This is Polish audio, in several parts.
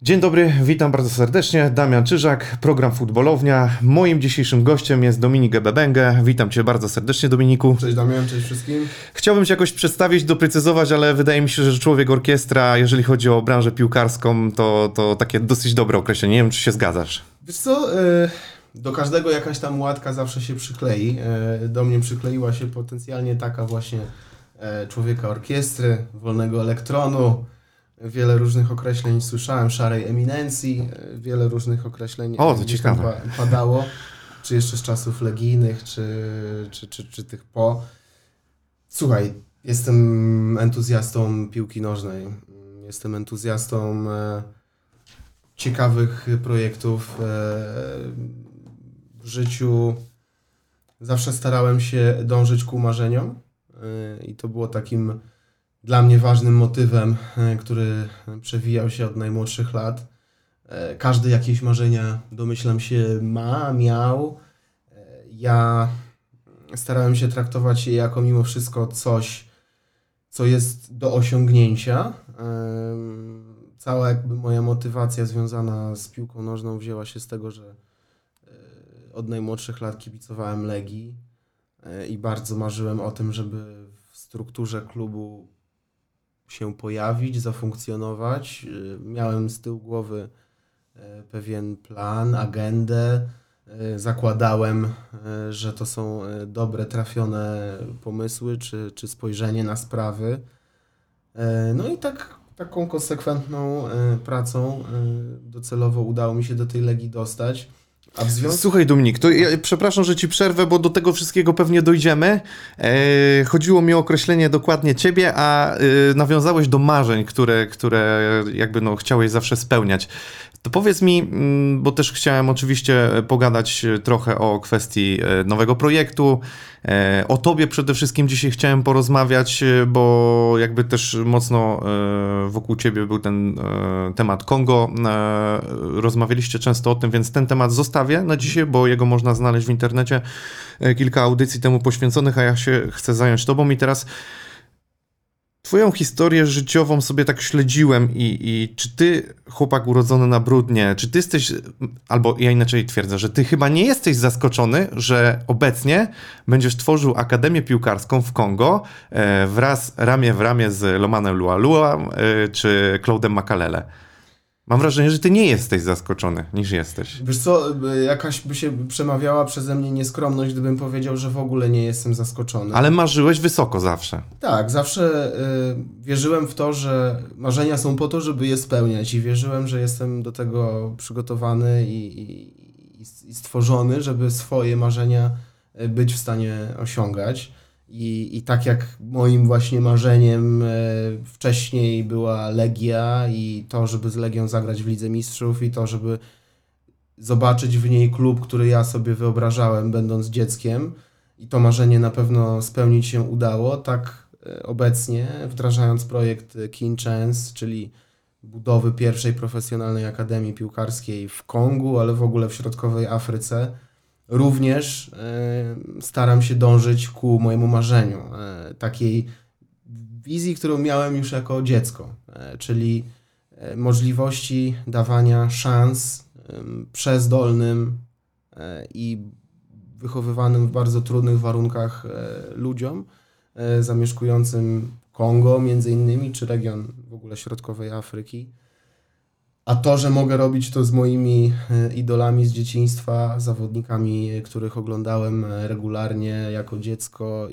Dzień dobry, witam bardzo serdecznie. Damian Czyżak, program Futbolownia. Moim dzisiejszym gościem jest Dominik Ebebenge. Witam Cię bardzo serdecznie, Dominiku. Cześć Damian, cześć wszystkim. Chciałbym Cię jakoś przedstawić, doprecyzować, ale wydaje mi się, że człowiek orkiestra, jeżeli chodzi o branżę piłkarską, to takie dosyć dobre określenie. Nie wiem, czy się zgadzasz. Wiesz co, do każdego jakaś tam łatka zawsze się przyklei. Do mnie przykleiła się potencjalnie taka właśnie człowieka orkiestry, wolnego elektronu. Wiele różnych określeń słyszałem, szarej eminencji, wiele różnych określeń to ciekawe. padało, czy jeszcze z czasów legijnych, czy tych po. Słuchaj, jestem entuzjastą piłki nożnej, jestem entuzjastą ciekawych projektów w życiu. Zawsze starałem się dążyć ku marzeniom i to było takim dla mnie ważnym motywem, który przewijał się od najmłodszych lat. Każdy jakieś marzenia, domyślam się, miał. Ja starałem się traktować je jako mimo wszystko coś, co jest do osiągnięcia. Cała jakby moja motywacja związana z piłką nożną wzięła się z tego, że od najmłodszych lat kibicowałem Legii i bardzo marzyłem o tym, żeby w strukturze klubu się pojawić, zafunkcjonować. Miałem z tyłu głowy pewien plan, agendę. Zakładałem, że to są dobre, trafione pomysły czy spojrzenie na sprawy. No i taką konsekwentną pracą docelowo udało mi się do tej Legii dostać. Słuchaj Dominik, to ja przepraszam, że Ci przerwę, bo do tego wszystkiego pewnie dojdziemy. Chodziło mi o określenie dokładnie Ciebie, a nawiązałeś do marzeń, które jakby chciałeś zawsze spełniać. To powiedz mi, bo też chciałem oczywiście pogadać trochę o kwestii nowego projektu, o Tobie przede wszystkim dzisiaj chciałem porozmawiać, bo jakby też mocno wokół Ciebie był ten temat Kongo. Rozmawialiście często o tym, więc ten temat zostawię na dzisiaj, bo jego można znaleźć w internecie. Kilka audycji temu poświęconych, a ja się chcę zająć Tobą i teraz Twoją historię życiową sobie tak śledziłem i czy ty, chłopak urodzony na Bródnie, czy ty jesteś, albo ja inaczej twierdzę, że ty chyba nie jesteś zaskoczony, że obecnie będziesz tworzył Akademię Piłkarską w Kongo wraz ramię w ramię z Lomanem Lualua czy Claude'em Makalele. Mam wrażenie, że ty nie jesteś zaskoczony, niż jesteś. Wiesz co, jakaś by się przemawiała przeze mnie nieskromność, gdybym powiedział, że w ogóle nie jestem zaskoczony. Ale marzyłeś wysoko zawsze. Tak, zawsze wierzyłem w to, że marzenia są po to, żeby je spełniać i wierzyłem, że jestem do tego przygotowany i stworzony, żeby swoje marzenia być w stanie osiągać. I tak jak moim właśnie marzeniem wcześniej była Legia i to, żeby z Legią zagrać w Lidze Mistrzów i to, żeby zobaczyć w niej klub, który ja sobie wyobrażałem, będąc dzieckiem i to marzenie na pewno spełnić się udało, tak obecnie wdrażając projekt King Chance, czyli budowy pierwszej profesjonalnej akademii piłkarskiej w Kongu, ale w ogóle w środkowej Afryce, również staram się dążyć ku mojemu marzeniu, takiej wizji, którą miałem już jako dziecko, czyli możliwości dawania szans przezdolnym i wychowywanym w bardzo trudnych warunkach ludziom zamieszkującym Kongo między innymi, czy region w ogóle środkowej Afryki. A to, że mogę robić to z moimi idolami z dzieciństwa, zawodnikami, których oglądałem regularnie jako dziecko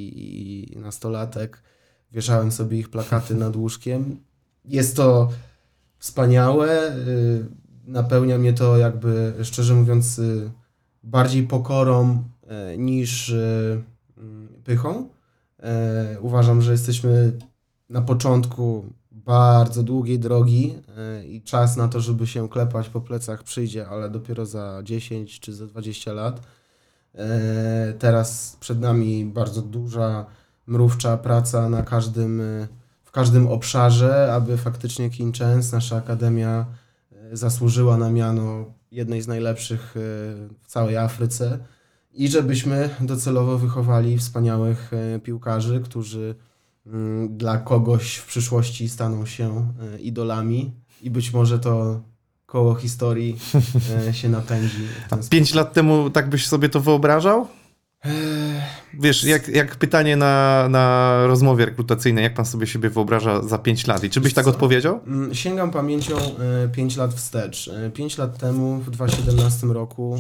i nastolatek, wieszałem sobie ich plakaty nad łóżkiem. Jest to wspaniałe, napełnia mnie to jakby, szczerze mówiąc, bardziej pokorą niż pychą. Uważam, że jesteśmy na początku bardzo długiej drogi i czas na to, żeby się klepać po plecach przyjdzie, ale dopiero za 10 czy za 20 lat. Teraz przed nami bardzo duża, mrówcza praca w każdym obszarze, aby faktycznie King Chance, nasza akademia, zasłużyła na miano jednej z najlepszych w całej Afryce i żebyśmy docelowo wychowali wspaniałych piłkarzy, którzy dla kogoś w przyszłości staną się idolami i być może to koło historii się napędzi. A 5 lat temu tak byś sobie to wyobrażał? Wiesz, jak pytanie na rozmowie rekrutacyjnej, jak pan sobie siebie wyobraża za 5 lat i czy byś tak odpowiedział? Sięgam pamięcią 5 lat wstecz. 5 lat temu, w 2017 roku,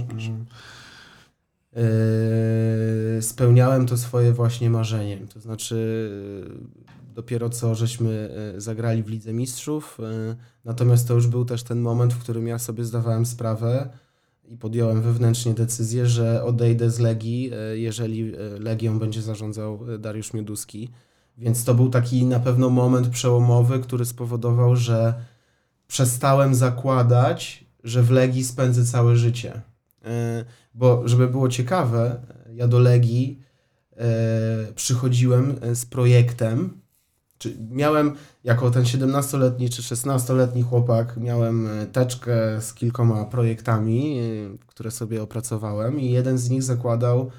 spełniałem to swoje właśnie marzenie. To znaczy dopiero co żeśmy zagrali w Lidze Mistrzów, natomiast to już był też ten moment, w którym ja sobie zdawałem sprawę i podjąłem wewnętrznie decyzję, że odejdę z Legii, jeżeli Legią będzie zarządzał Dariusz Mioduski. Więc to był taki na pewno moment przełomowy, który spowodował, że przestałem zakładać, że w Legii spędzę całe życie. Bo żeby było ciekawe, ja do Legii przychodziłem z projektem, miałem jako ten 17-letni czy 16-letni chłopak, miałem teczkę z kilkoma projektami, które sobie opracowałem i jeden z nich zakładał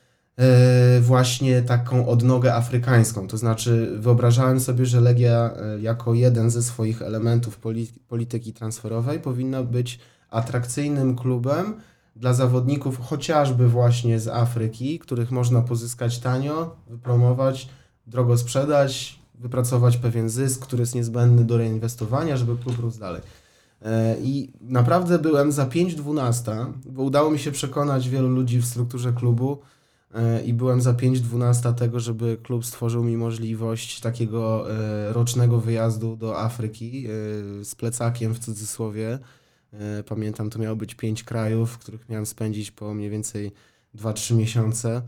właśnie taką odnogę afrykańską. To znaczy wyobrażałem sobie, że Legia jako jeden ze swoich elementów polityki transferowej powinna być atrakcyjnym klubem dla zawodników chociażby właśnie z Afryki, których można pozyskać tanio, wypromować, drogo sprzedać, wypracować pewien zysk, który jest niezbędny do reinwestowania, żeby klub rósł dalej. I naprawdę byłem za 5/12, bo udało mi się przekonać wielu ludzi w strukturze klubu i byłem za 5/12 tego, żeby klub stworzył mi możliwość takiego rocznego wyjazdu do Afryki z plecakiem w cudzysłowie. Pamiętam, to miało być 5 krajów, w których miałem spędzić po mniej więcej 2-3 miesiące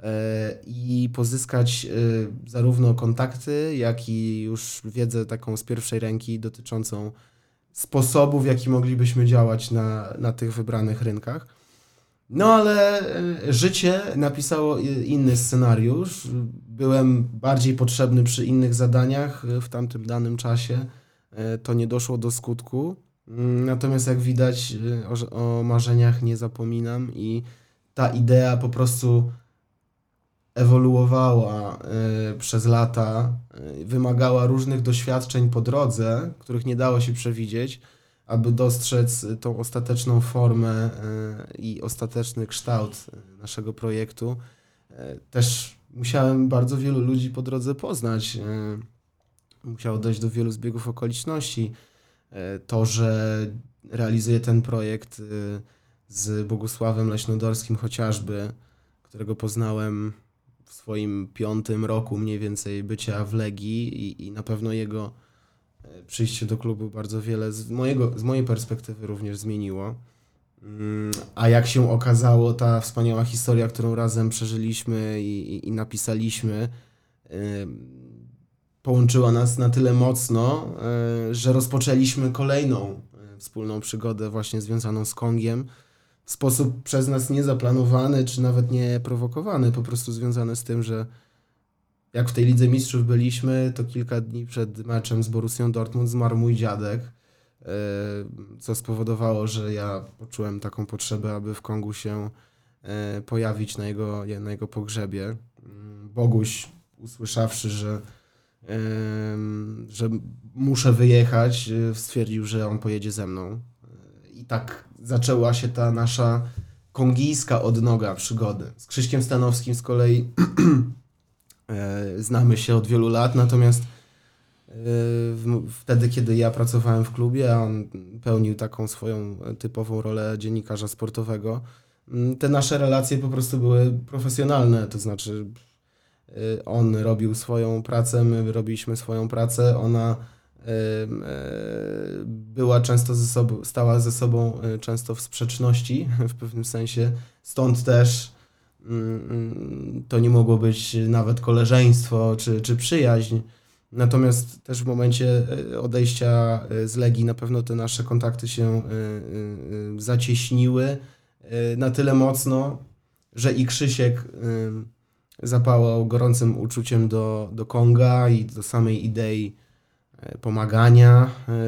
i pozyskać zarówno kontakty, jak i już wiedzę taką z pierwszej ręki dotyczącą sposobu, w jaki moglibyśmy działać na tych wybranych rynkach. No ale życie napisało inny scenariusz. Byłem bardziej potrzebny przy innych zadaniach w tamtym danym czasie. To nie doszło do skutku. Natomiast jak widać, o marzeniach nie zapominam i ta idea po prostu ewoluowała przez lata, wymagała różnych doświadczeń po drodze, których nie dało się przewidzieć, aby dostrzec tą ostateczną formę i ostateczny kształt naszego projektu. Też musiałem bardzo wielu ludzi po drodze poznać. Musiało dojść do wielu zbiegów okoliczności. To, że realizuję ten projekt z Bogusławem Leśnodorskim chociażby, którego poznałem w swoim 5. roku mniej więcej bycia w Legii i na pewno jego przyjście do klubu bardzo wiele z mojej perspektywy również zmieniło. A jak się okazało, ta wspaniała historia, którą razem przeżyliśmy i napisaliśmy, połączyła nas na tyle mocno, że rozpoczęliśmy kolejną wspólną przygodę właśnie związaną z Kongiem w sposób przez nas niezaplanowany, czy nawet nie prowokowany, po prostu związany z tym, że jak w tej Lidze Mistrzów byliśmy, to kilka dni przed meczem z Borussią Dortmund zmarł mój dziadek, co spowodowało, że ja poczułem taką potrzebę, aby w Kongu się pojawić na jego pogrzebie. Boguś, usłyszawszy, że muszę wyjechać, stwierdził, że on pojedzie ze mną. I tak zaczęła się ta nasza kongijska odnoga przygody. Z Krzyśkiem Stanowskim z kolei znamy się od wielu lat, natomiast wtedy, kiedy ja pracowałem w klubie, a on pełnił taką swoją typową rolę dziennikarza sportowego, te nasze relacje po prostu były profesjonalne, to znaczy on robił swoją pracę, my robiliśmy swoją pracę, ona była często stała ze sobą często w sprzeczności w pewnym sensie, stąd też to nie mogło być nawet koleżeństwo czy przyjaźń. Natomiast też w momencie odejścia z Legii na pewno te nasze kontakty się zacieśniły na tyle mocno, że i Krzysiek zapałał gorącym uczuciem do Konga i do samej idei pomagania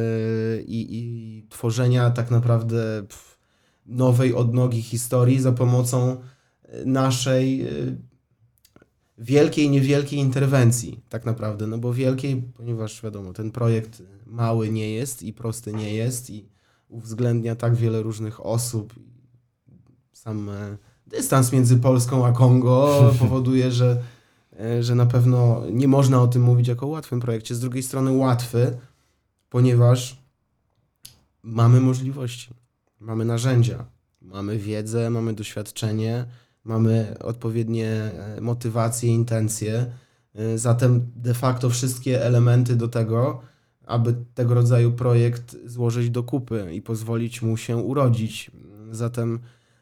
i tworzenia tak naprawdę nowej odnogi historii za pomocą naszej wielkiej, niewielkiej interwencji tak naprawdę, no bo wielkiej, ponieważ wiadomo, ten projekt mały nie jest i prosty nie jest i uwzględnia tak wiele różnych osób. Sam dystans między Polską a Kongo powoduje, że na pewno nie można o tym mówić jako o łatwym projekcie. Z drugiej strony łatwy, ponieważ mamy możliwości, mamy narzędzia, mamy wiedzę, mamy doświadczenie, mamy odpowiednie motywacje, intencje. Zatem de facto wszystkie elementy do tego, aby tego rodzaju projekt złożyć do kupy i pozwolić mu się urodzić. Zatem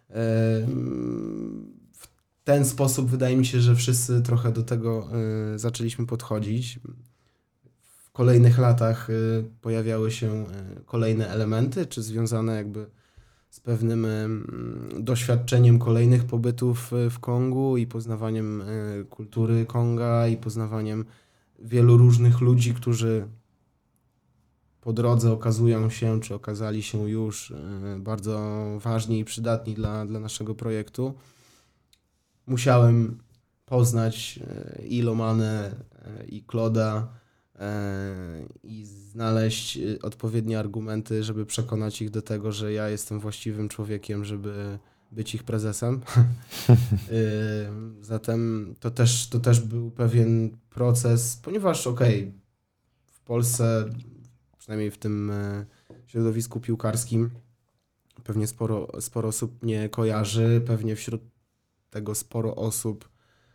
w ten sposób wydaje mi się, że wszyscy trochę do tego zaczęliśmy podchodzić. W kolejnych latach pojawiały się kolejne elementy, czy związane jakby z pewnym doświadczeniem kolejnych pobytów w Kongu i poznawaniem kultury Konga i poznawaniem wielu różnych ludzi, którzy po drodze okazują się, czy okazali się już bardzo ważni i przydatni dla naszego projektu. Musiałem poznać i Lomanę, i Kloda i znaleźć odpowiednie argumenty, żeby przekonać ich do tego, że ja jestem właściwym człowiekiem, żeby być ich prezesem. Zatem to też był pewien proces, ponieważ w Polsce, przynajmniej w tym środowisku piłkarskim, pewnie sporo osób mnie kojarzy, pewnie wśród tego sporo osób,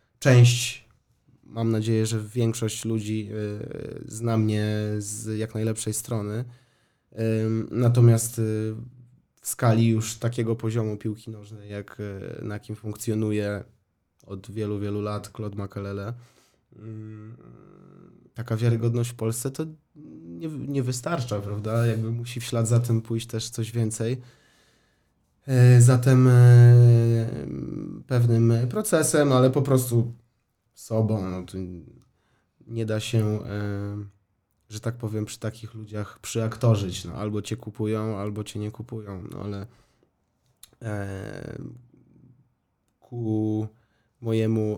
mam nadzieję, że większość ludzi zna mnie z jak najlepszej strony. Natomiast w skali już takiego poziomu piłki nożnej, na jakim funkcjonuje od wielu, wielu lat Claude Makelele, taka wiarygodność w Polsce to nie wystarcza, prawda? Jakby musi w ślad za tym pójść też coś więcej. Zatem pewnym procesem, ale po prostu sobą, no to nie da się, że tak powiem, przy takich ludziach przyaktorzyć. No, albo cię kupują, albo cię nie kupują. No, ale ku mojemu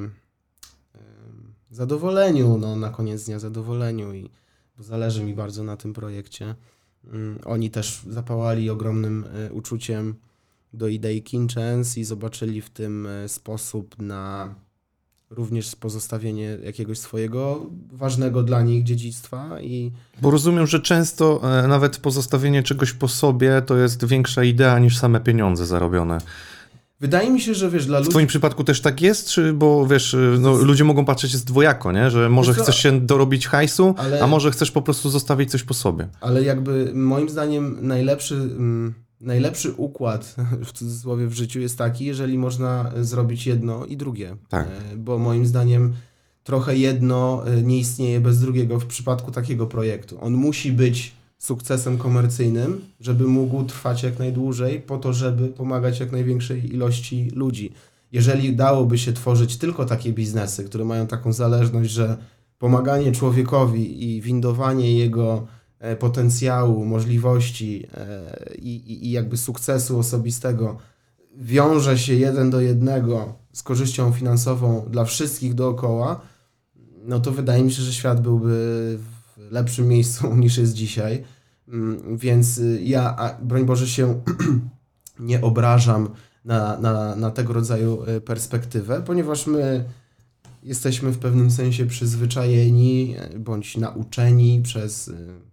zadowoleniu, no na koniec dnia zadowoleniu, bo zależy mi bardzo na tym projekcie. Oni też zapałali ogromnym uczuciem do idei Kinchens i zobaczyli w tym sposób na również pozostawienie jakiegoś swojego ważnego dla nich dziedzictwa. Bo rozumiem, że często nawet pozostawienie czegoś po sobie to jest większa idea niż same pieniądze zarobione. Wydaje mi się, że wiesz, dla ludzi... W twoim przypadku też tak jest? Czy, bo wiesz, no, ludzie mogą patrzeć dwojako, nie? Że może chcesz się dorobić hajsu, a może chcesz po prostu zostawić coś po sobie. Ale jakby moim zdaniem najlepszy układ w cudzysłowie w życiu jest taki, jeżeli można zrobić jedno i drugie. Tak. Bo moim zdaniem trochę jedno nie istnieje bez drugiego w przypadku takiego projektu. On musi być sukcesem komercyjnym, żeby mógł trwać jak najdłużej, po to, żeby pomagać jak największej ilości ludzi. Jeżeli dałoby się tworzyć tylko takie biznesy, które mają taką zależność, że pomaganie człowiekowi i windowanie jego potencjału, możliwości i jakby sukcesu osobistego wiąże się 1:1 z finansową dla wszystkich dookoła, no to wydaje mi się, że świat byłby w lepszym miejscu niż jest dzisiaj. Więc ja, broń Boże, się nie obrażam na tego rodzaju perspektywę, ponieważ my jesteśmy w pewnym sensie przyzwyczajeni bądź nauczeni przez,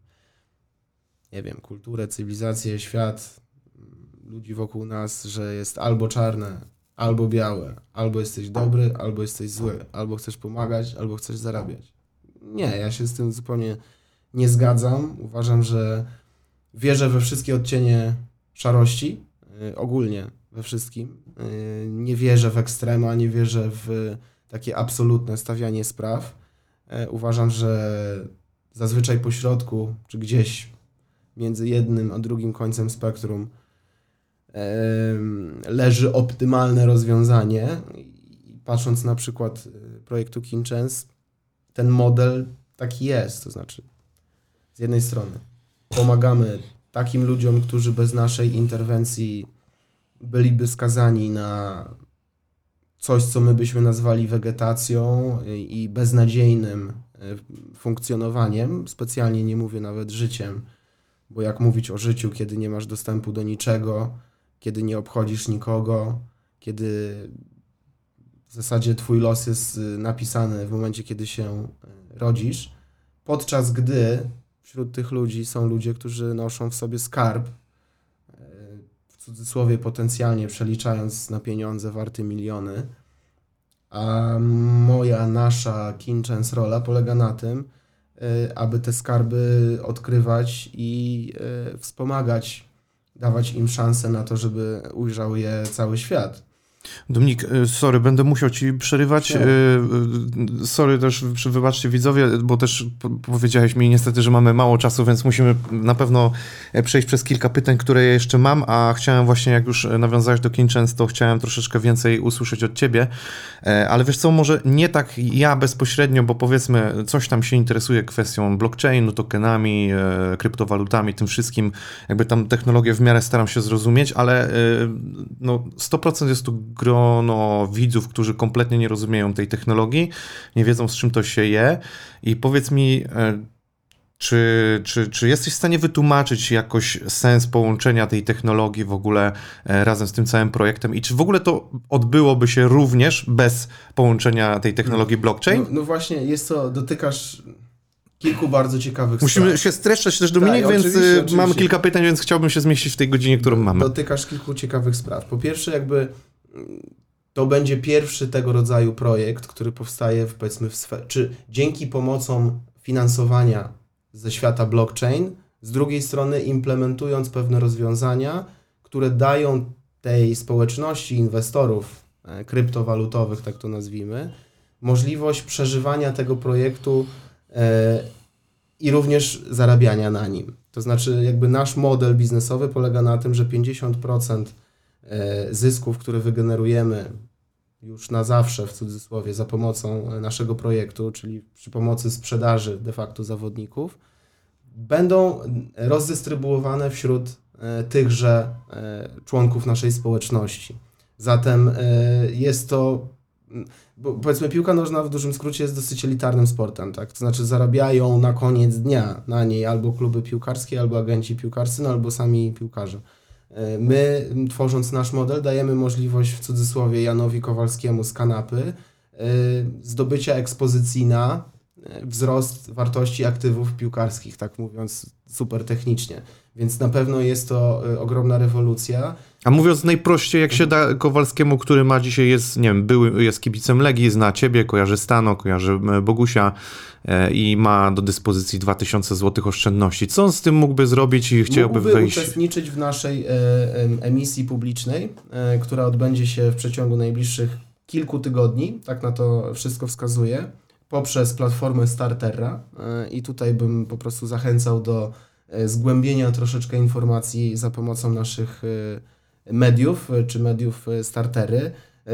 nie wiem, kulturę, cywilizację, świat, ludzi wokół nas, że jest albo czarne, albo białe, albo jesteś dobry, albo jesteś zły, albo chcesz pomagać, albo chcesz zarabiać. Nie, ja się z tym zupełnie nie zgadzam. Uważam, że wierzę we wszystkie odcienie szarości, ogólnie we wszystkim. Nie wierzę w ekstrema, nie wierzę w takie absolutne stawianie spraw. Uważam, że zazwyczaj po środku, czy gdzieś między jednym a drugim końcem spektrum leży optymalne rozwiązanie. I patrząc na przykład projektu Kinchens, ten model taki jest, to znaczy z jednej strony pomagamy takim ludziom, którzy bez naszej interwencji byliby skazani na coś, co my byśmy nazwali wegetacją i beznadziejnym funkcjonowaniem, specjalnie nie mówię nawet życiem, bo jak mówić o życiu, kiedy nie masz dostępu do niczego, kiedy nie obchodzisz nikogo, kiedy w zasadzie twój los jest napisany w momencie, kiedy się rodzisz, podczas gdy wśród tych ludzi są ludzie, którzy noszą w sobie skarb, w cudzysłowie potencjalnie przeliczając na pieniądze warty miliony, a nasza Kinchens rola polega na tym, aby te skarby odkrywać i wspomagać, dawać im szansę na to, żeby ujrzał je cały świat. Dominik, sorry, będę musiał ci przerywać. Sorry też, wybaczcie widzowie, bo też powiedziałeś mi niestety, że mamy mało czasu, więc musimy na pewno przejść przez kilka pytań, które ja jeszcze mam, a chciałem właśnie, jak już nawiązałeś do Kinchens, to chciałem troszeczkę więcej usłyszeć od ciebie, ale wiesz co, może nie tak ja bezpośrednio, bo powiedzmy coś tam się interesuje kwestią blockchainu, tokenami, kryptowalutami, tym wszystkim, jakby tam technologię w miarę staram się zrozumieć, ale no 100% jest tu grono widzów, którzy kompletnie nie rozumieją tej technologii, nie wiedzą, z czym to się je. I powiedz mi, czy jesteś w stanie wytłumaczyć jakoś sens połączenia tej technologii w ogóle razem z tym całym projektem i czy w ogóle to odbyłoby się również bez połączenia tej technologii blockchain? No właśnie, dotykasz kilku bardzo ciekawych Musimy spraw. się streszczać też, Dominik, Tak, więc oczywiście. mamy kilka pytań, więc chciałbym się zmieścić w tej godzinie, którą mamy. Dotykasz kilku ciekawych spraw. Po pierwsze, jakby to będzie pierwszy tego rodzaju projekt, który powstaje powiedzmy czy dzięki pomocom finansowania ze świata blockchain, z drugiej strony implementując pewne rozwiązania, które dają tej społeczności inwestorów kryptowalutowych, tak to nazwijmy, możliwość przeżywania tego projektu i również zarabiania na nim. To znaczy jakby nasz model biznesowy polega na tym, że 50% zysków, które wygenerujemy już na zawsze, w cudzysłowie, za pomocą naszego projektu, czyli przy pomocy sprzedaży de facto zawodników, będą rozdystrybuowane wśród tychże członków naszej społeczności. Zatem jest to, bo powiedzmy piłka nożna w dużym skrócie jest dosyć elitarnym sportem, tak? To znaczy zarabiają na koniec dnia na niej albo kluby piłkarskie, albo agenci piłkarscy, no albo sami piłkarze. My, tworząc nasz model, dajemy możliwość, w cudzysłowie, Janowi Kowalskiemu z kanapy zdobycia ekspozycji na wzrost wartości aktywów piłkarskich, tak mówiąc super technicznie. Więc na pewno jest to ogromna rewolucja. A mówiąc najprościej, jak się da Kowalskiemu, który ma dzisiaj, jest, nie wiem, jest kibicem Legii, zna ciebie, kojarzy Stano, kojarzy Bogusia i ma do dyspozycji 2000 zł oszczędności. Co on z tym mógłby zrobić i chciałby wejść? Uczestniczyć w naszej emisji publicznej, która odbędzie się w przeciągu najbliższych kilku tygodni, tak na to wszystko wskazuje, poprzez platformę Starterra i tutaj bym po prostu zachęcał do zgłębienia troszeczkę informacji za pomocą naszych mediów, czy mediów Startery.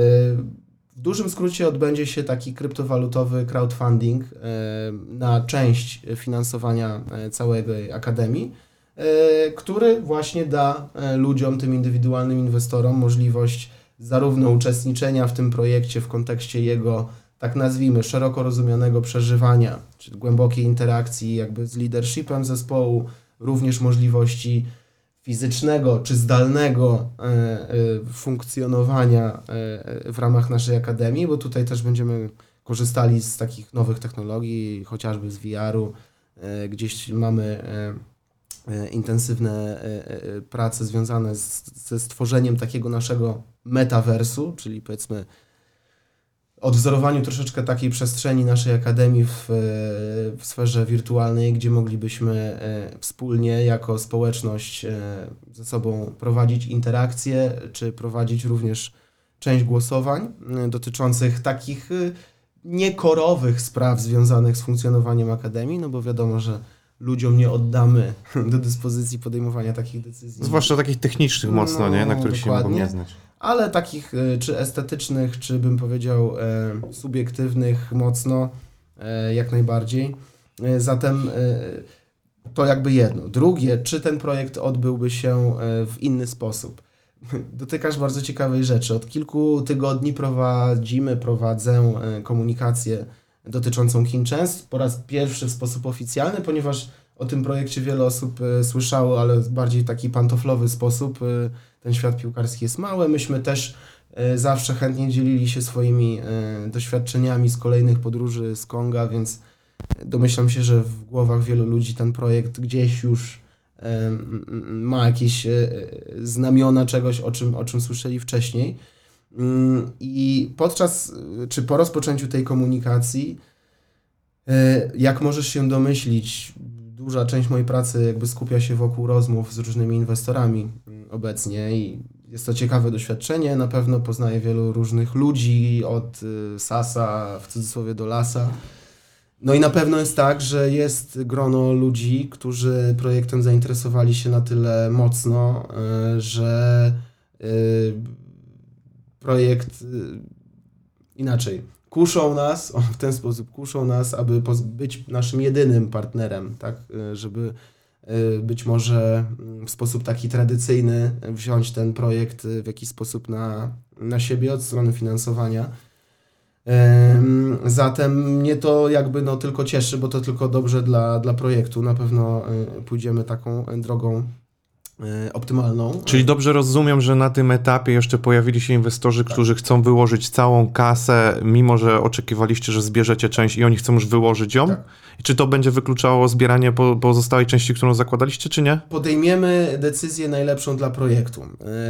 W dużym skrócie odbędzie się taki kryptowalutowy crowdfunding na część finansowania całej Akademii, który właśnie da ludziom, tym indywidualnym inwestorom możliwość zarówno uczestniczenia w tym projekcie w kontekście jego, tak nazwijmy, szeroko rozumianego przeżywania, czy głębokiej interakcji jakby z leadershipem zespołu, również możliwości fizycznego czy zdalnego funkcjonowania w ramach naszej akademii, bo tutaj też będziemy korzystali z takich nowych technologii, chociażby z VR-u. Gdzieś mamy intensywne prace związane ze stworzeniem takiego naszego metaversu, czyli powiedzmy odwzorowaniu troszeczkę takiej przestrzeni naszej akademii w sferze wirtualnej, gdzie moglibyśmy wspólnie jako społeczność ze sobą prowadzić interakcje, czy prowadzić również część głosowań dotyczących takich niekorowych spraw związanych z funkcjonowaniem akademii, no bo wiadomo, że ludziom nie oddamy do dyspozycji podejmowania takich decyzji. Zwłaszcza takich technicznych mocno, nie? Na których się mogą nie znać. Ale takich czy estetycznych, czy bym powiedział subiektywnych mocno, jak najbardziej. Zatem to jakby jedno. Drugie, czy ten projekt odbyłby się w inny sposób? dotykasz bardzo ciekawej rzeczy. Od kilku tygodni prowadzę komunikację dotyczącą KinnChance po raz pierwszy w sposób oficjalny, ponieważ o tym projekcie wiele osób słyszało, ale bardziej w taki pantoflowy sposób. Ten świat piłkarski jest mały. Myśmy też zawsze chętnie dzielili się swoimi doświadczeniami z kolejnych podróży z Konga, więc domyślam się, że w głowach wielu ludzi ten projekt gdzieś już ma jakieś znamiona czegoś, o czym słyszeli wcześniej. I po rozpoczęciu tej komunikacji, jak możesz się domyślić, duża część mojej pracy jakby skupia się wokół rozmów z różnymi inwestorami obecnie i jest to ciekawe doświadczenie. Na pewno poznaję wielu różnych ludzi, od sasa w cudzysłowie do lasa. No i na pewno jest tak, że jest grono ludzi, którzy projektem zainteresowali się na tyle mocno, że projekt inaczej. Kuszą nas, aby być naszym jedynym partnerem, tak, żeby być może w sposób taki tradycyjny wziąć ten projekt w jakiś sposób na siebie od strony finansowania. Zatem mnie to jakby tylko cieszy, bo to tylko dobrze dla projektu. Na pewno pójdziemy taką drogą optymalną. Czyli dobrze rozumiem, że na tym etapie jeszcze pojawili się inwestorzy, którzy chcą wyłożyć całą kasę, mimo że oczekiwaliście, że zbierzecie część i oni chcą już wyłożyć ją? Tak. I czy to będzie wykluczało zbieranie pozostałej części, którą zakładaliście, czy nie? Podejmiemy decyzję najlepszą dla projektu.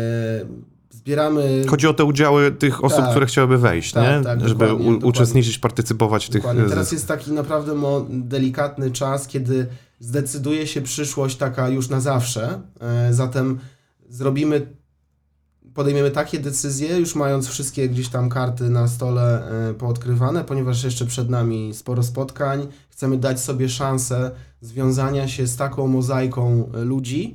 Zbieramy... Chodzi o te udziały tych osób, które chciałyby wejść, nie? Tak, żeby uczestniczyć, partycypować w tych... Teraz jest taki naprawdę delikatny czas, kiedy zdecyduje się przyszłość taka już na zawsze. Zatem podejmiemy takie decyzje, już mając wszystkie gdzieś tam karty na stole poodkrywane, ponieważ jeszcze przed nami sporo spotkań. Chcemy dać sobie szansę związania się z taką mozaiką ludzi,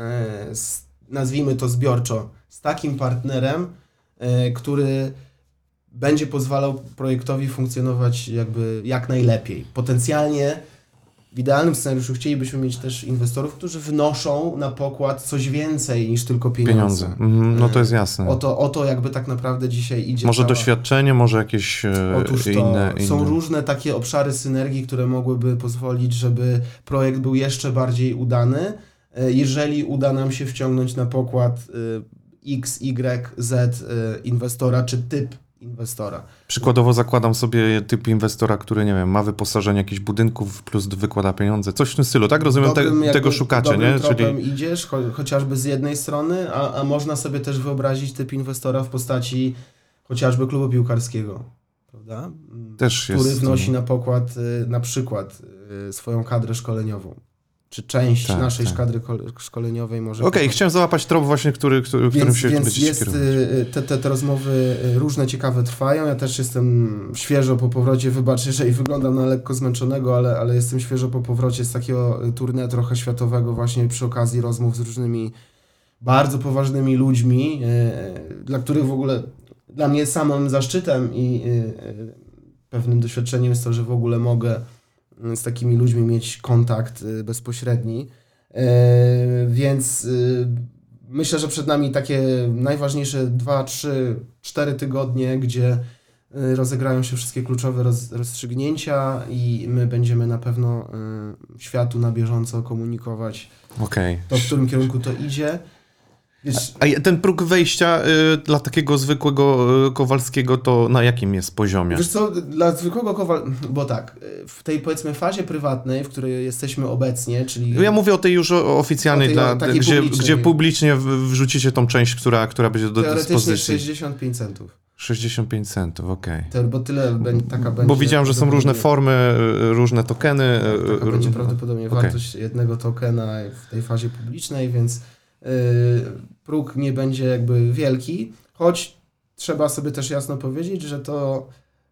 nazwijmy to zbiorczo, z takim partnerem, który będzie pozwalał projektowi funkcjonować jakby jak najlepiej. Potencjalnie w idealnym scenariuszu chcielibyśmy mieć też inwestorów, którzy wnoszą na pokład coś więcej niż tylko pieniądze. No to jest jasne. O to jakby tak naprawdę dzisiaj idzie. Może doświadczenie, może jakieś inne... Są różne takie obszary synergii, które mogłyby pozwolić, żeby projekt był jeszcze bardziej udany. Jeżeli uda nam się wciągnąć na pokład X, Y, Z inwestora, czy typ inwestora. Przykładowo zakładam sobie typ inwestora, który, nie wiem, ma wyposażenie jakichś budynków plus wykłada pieniądze. Coś w tym stylu, tak? Rozumiem, tego szukacie, nie? Czyli idziesz, chociażby z jednej strony, a można sobie też wyobrazić typ inwestora w postaci chociażby klubu piłkarskiego, prawda? Też który wnosi na pokład na przykład swoją kadrę szkoleniową. Czy część naszej kadry szkoleniowej może... Okej, chciałem załapać trop właśnie, którym się będziecie kierować. Te rozmowy różne, ciekawe trwają. Ja też jestem świeżo po powrocie, wybacz, jeżeli wyglądam na lekko zmęczonego, ale jestem świeżo po powrocie z takiego tournée trochę światowego właśnie przy okazji rozmów z różnymi bardzo poważnymi ludźmi, dla których w ogóle dla mnie samym zaszczytem i pewnym doświadczeniem jest to, że w ogóle mogę z takimi ludźmi mieć kontakt bezpośredni, więc myślę, że przed nami takie najważniejsze 2, 3, 4 tygodnie, gdzie rozegrają się wszystkie kluczowe rozstrzygnięcia i my będziemy na pewno światu na bieżąco komunikować to, w którym kierunku to idzie. Wiesz, a ten próg wejścia dla takiego zwykłego Kowalskiego to na jakim jest poziomie? Wiesz co, dla zwykłego bo tak, w tej powiedzmy fazie prywatnej, w której jesteśmy obecnie, czyli... Ja mówię o tej już oficjalnej, gdzie publicznie wrzucicie tą część, która będzie do dyspozycji. 65 centów. 65 centów, okej. Bo tyle taka będzie... Bo widziałem, że są różne formy, różne tokeny. Taka będzie prawdopodobnie wartość jednego tokena w tej fazie publicznej, więc próg nie będzie jakby wielki, choć trzeba sobie też jasno powiedzieć, że to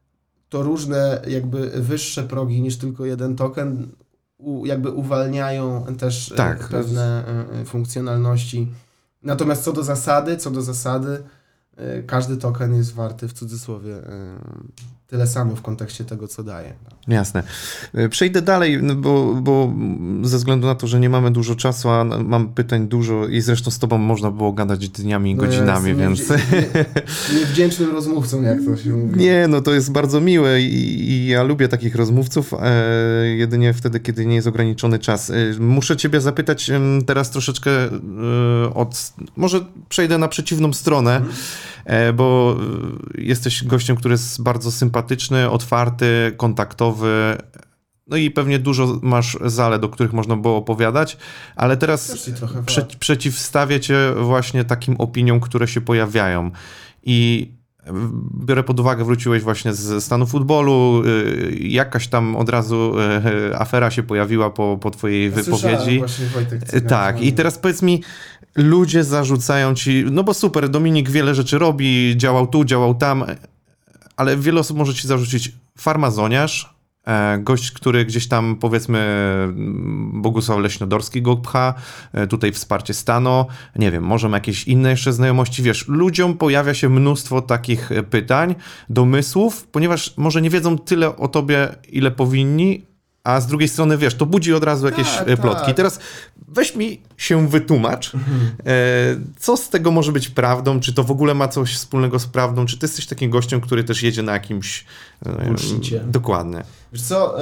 różne jakby wyższe progi niż tylko jeden token jakby uwalniają też pewne funkcjonalności. Natomiast co do zasady, każdy token jest warty w cudzysłowie tyle samo w kontekście tego, co daję. Jasne. Przejdę dalej, bo ze względu na to, że nie mamy dużo czasu, a mam pytań dużo i zresztą z tobą można było gadać dniami i godzinami, więc... Niewdzięcznym rozmówcą, jak to się mówi. Nie, no to jest bardzo miłe i ja lubię takich rozmówców, jedynie wtedy, kiedy nie jest ograniczony czas. Muszę ciebie zapytać teraz troszeczkę może przejdę na przeciwną stronę, bo jesteś gościem, który jest bardzo sympatyczny, otwarty, kontaktowy, no i pewnie dużo masz zalet, o których można było opowiadać, ale teraz przeciwstawię cię właśnie takim opiniom, które się pojawiają i biorę pod uwagę, wróciłeś właśnie z stanu futbolu, jakaś tam od razu afera się pojawiła po twojej wypowiedzi. Właśnie Wojtek tak, i teraz powiedz mi, ludzie zarzucają ci, no bo super, Dominik wiele rzeczy robi, działał tu, działał tam, ale wiele osób może ci zarzucić farmazoniarz, gość, który gdzieś tam, powiedzmy, Bogusław Leśnodorski go pcha, tutaj wsparcie Stano, nie wiem, może ma jakieś inne jeszcze znajomości, wiesz, ludziom pojawia się mnóstwo takich pytań, domysłów, ponieważ może nie wiedzą tyle o tobie, ile powinni, a z drugiej strony, wiesz, to budzi od razu jakieś plotki. Tak. Teraz weź mi się wytłumacz, co z tego może być prawdą, czy to w ogóle ma coś wspólnego z prawdą, czy ty jesteś takim gościem, który też jedzie na jakimś... bullshicie. Dokładnie. Wiesz co,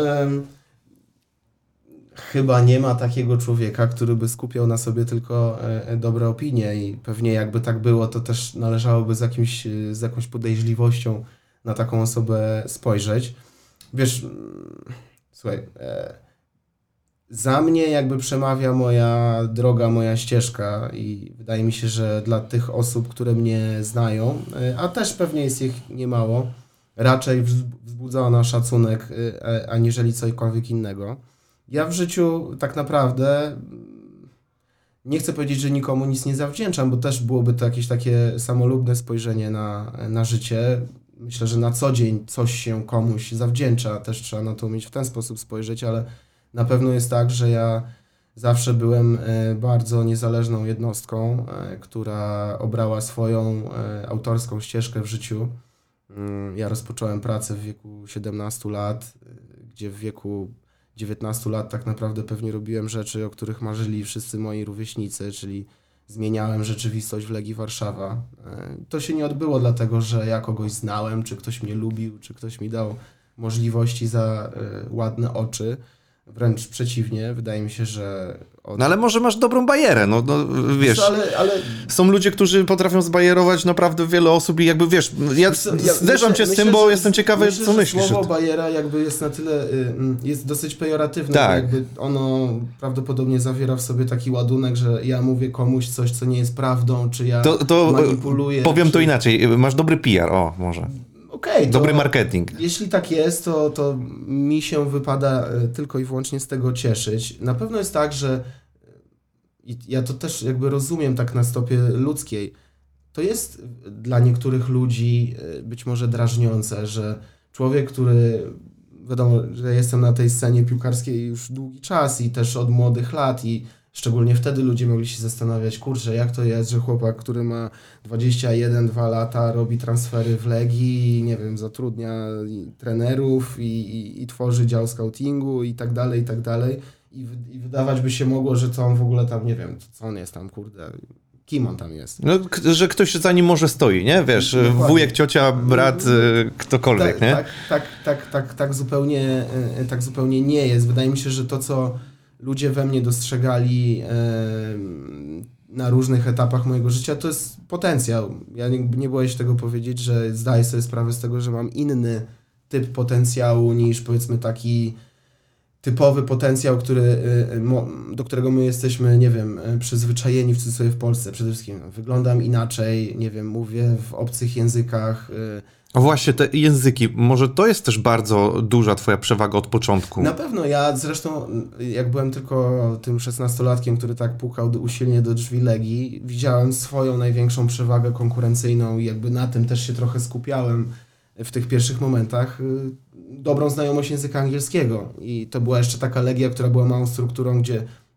chyba nie ma takiego człowieka, który by skupiał na sobie tylko dobre opinie i pewnie jakby tak było, to też należałoby z jakąś podejrzliwością na taką osobę spojrzeć. Wiesz, słuchaj, za mnie jakby przemawia moja droga, moja ścieżka i wydaje mi się, że dla tych osób, które mnie znają, a też pewnie jest ich niemało, raczej wzbudza ona szacunek, aniżeli cokolwiek innego. Ja w życiu tak naprawdę nie chcę powiedzieć, że nikomu nic nie zawdzięczam, bo też byłoby to jakieś takie samolubne spojrzenie na życie. Myślę, że na co dzień coś się komuś zawdzięcza, też trzeba na to umieć w ten sposób spojrzeć, ale na pewno jest tak, że ja zawsze byłem bardzo niezależną jednostką, która obrała swoją autorską ścieżkę w życiu. Ja rozpocząłem pracę w wieku 17 lat, gdzie w wieku 19 lat tak naprawdę pewnie robiłem rzeczy, o których marzyli wszyscy moi rówieśnicy, czyli zmieniałem rzeczywistość w Legii Warszawa. To się nie odbyło dlatego, że ja kogoś znałem, czy ktoś mnie lubił, czy ktoś mi dał możliwości za ładne oczy. Wręcz przeciwnie, wydaje mi się, że... No ale może masz dobrą bajerę, no wiesz, ale... są ludzie, którzy potrafią zbajerować naprawdę wiele osób i jakby wiesz, ja zderzam cię z tym, bo jestem ciekawy, co myślisz. Słowo bajera jakby jest na tyle, jest dosyć pejoratywne, tak. Jakby ono prawdopodobnie zawiera w sobie taki ładunek, że ja mówię komuś coś, co nie jest prawdą, czy ja manipuluję. Powiem to inaczej, masz dobry PR, może. Dobry marketing. Jeśli tak jest, to mi się wypada tylko i wyłącznie z tego cieszyć. Na pewno jest tak, że ja to też jakby rozumiem tak na stopie ludzkiej. To jest dla niektórych ludzi być może drażniące, że człowiek, który wiadomo, że jestem na tej scenie piłkarskiej już długi czas i też od młodych lat i szczególnie wtedy ludzie mogli się zastanawiać, kurczę, jak to jest, że chłopak, który ma 21-2 lata, robi transfery w Legii, nie wiem, zatrudnia trenerów i tworzy dział scoutingu i tak dalej, i tak dalej. I wydawać by się mogło, że to on w ogóle tam, nie wiem, co on jest tam, kurde, kim on tam jest. No, że ktoś za nim może stoi, nie? Wiesz, dokładnie. Wujek, ciocia, brat, ktokolwiek, nie? Tak zupełnie nie jest. Wydaje mi się, że to, co ludzie we mnie dostrzegali na różnych etapach mojego życia, to jest potencjał. Ja nie boję się tego powiedzieć, że zdaję sobie sprawę z tego, że mam inny typ potencjału niż powiedzmy taki typowy potencjał, do którego my jesteśmy, nie wiem, przyzwyczajeni w cudzysłowie w Polsce. Przede wszystkim wyglądam inaczej, nie wiem, mówię w obcych językach. O właśnie, te języki, może to jest też bardzo duża twoja przewaga od początku. Na pewno, ja zresztą jak byłem tylko tym 16-latkiem, który tak pukał usilnie do drzwi Legii, widziałem swoją największą przewagę konkurencyjną i jakby na tym też się trochę skupiałem w tych pierwszych momentach. Dobrą znajomość języka angielskiego i to była jeszcze taka Legia, która była małą strukturą, gdzie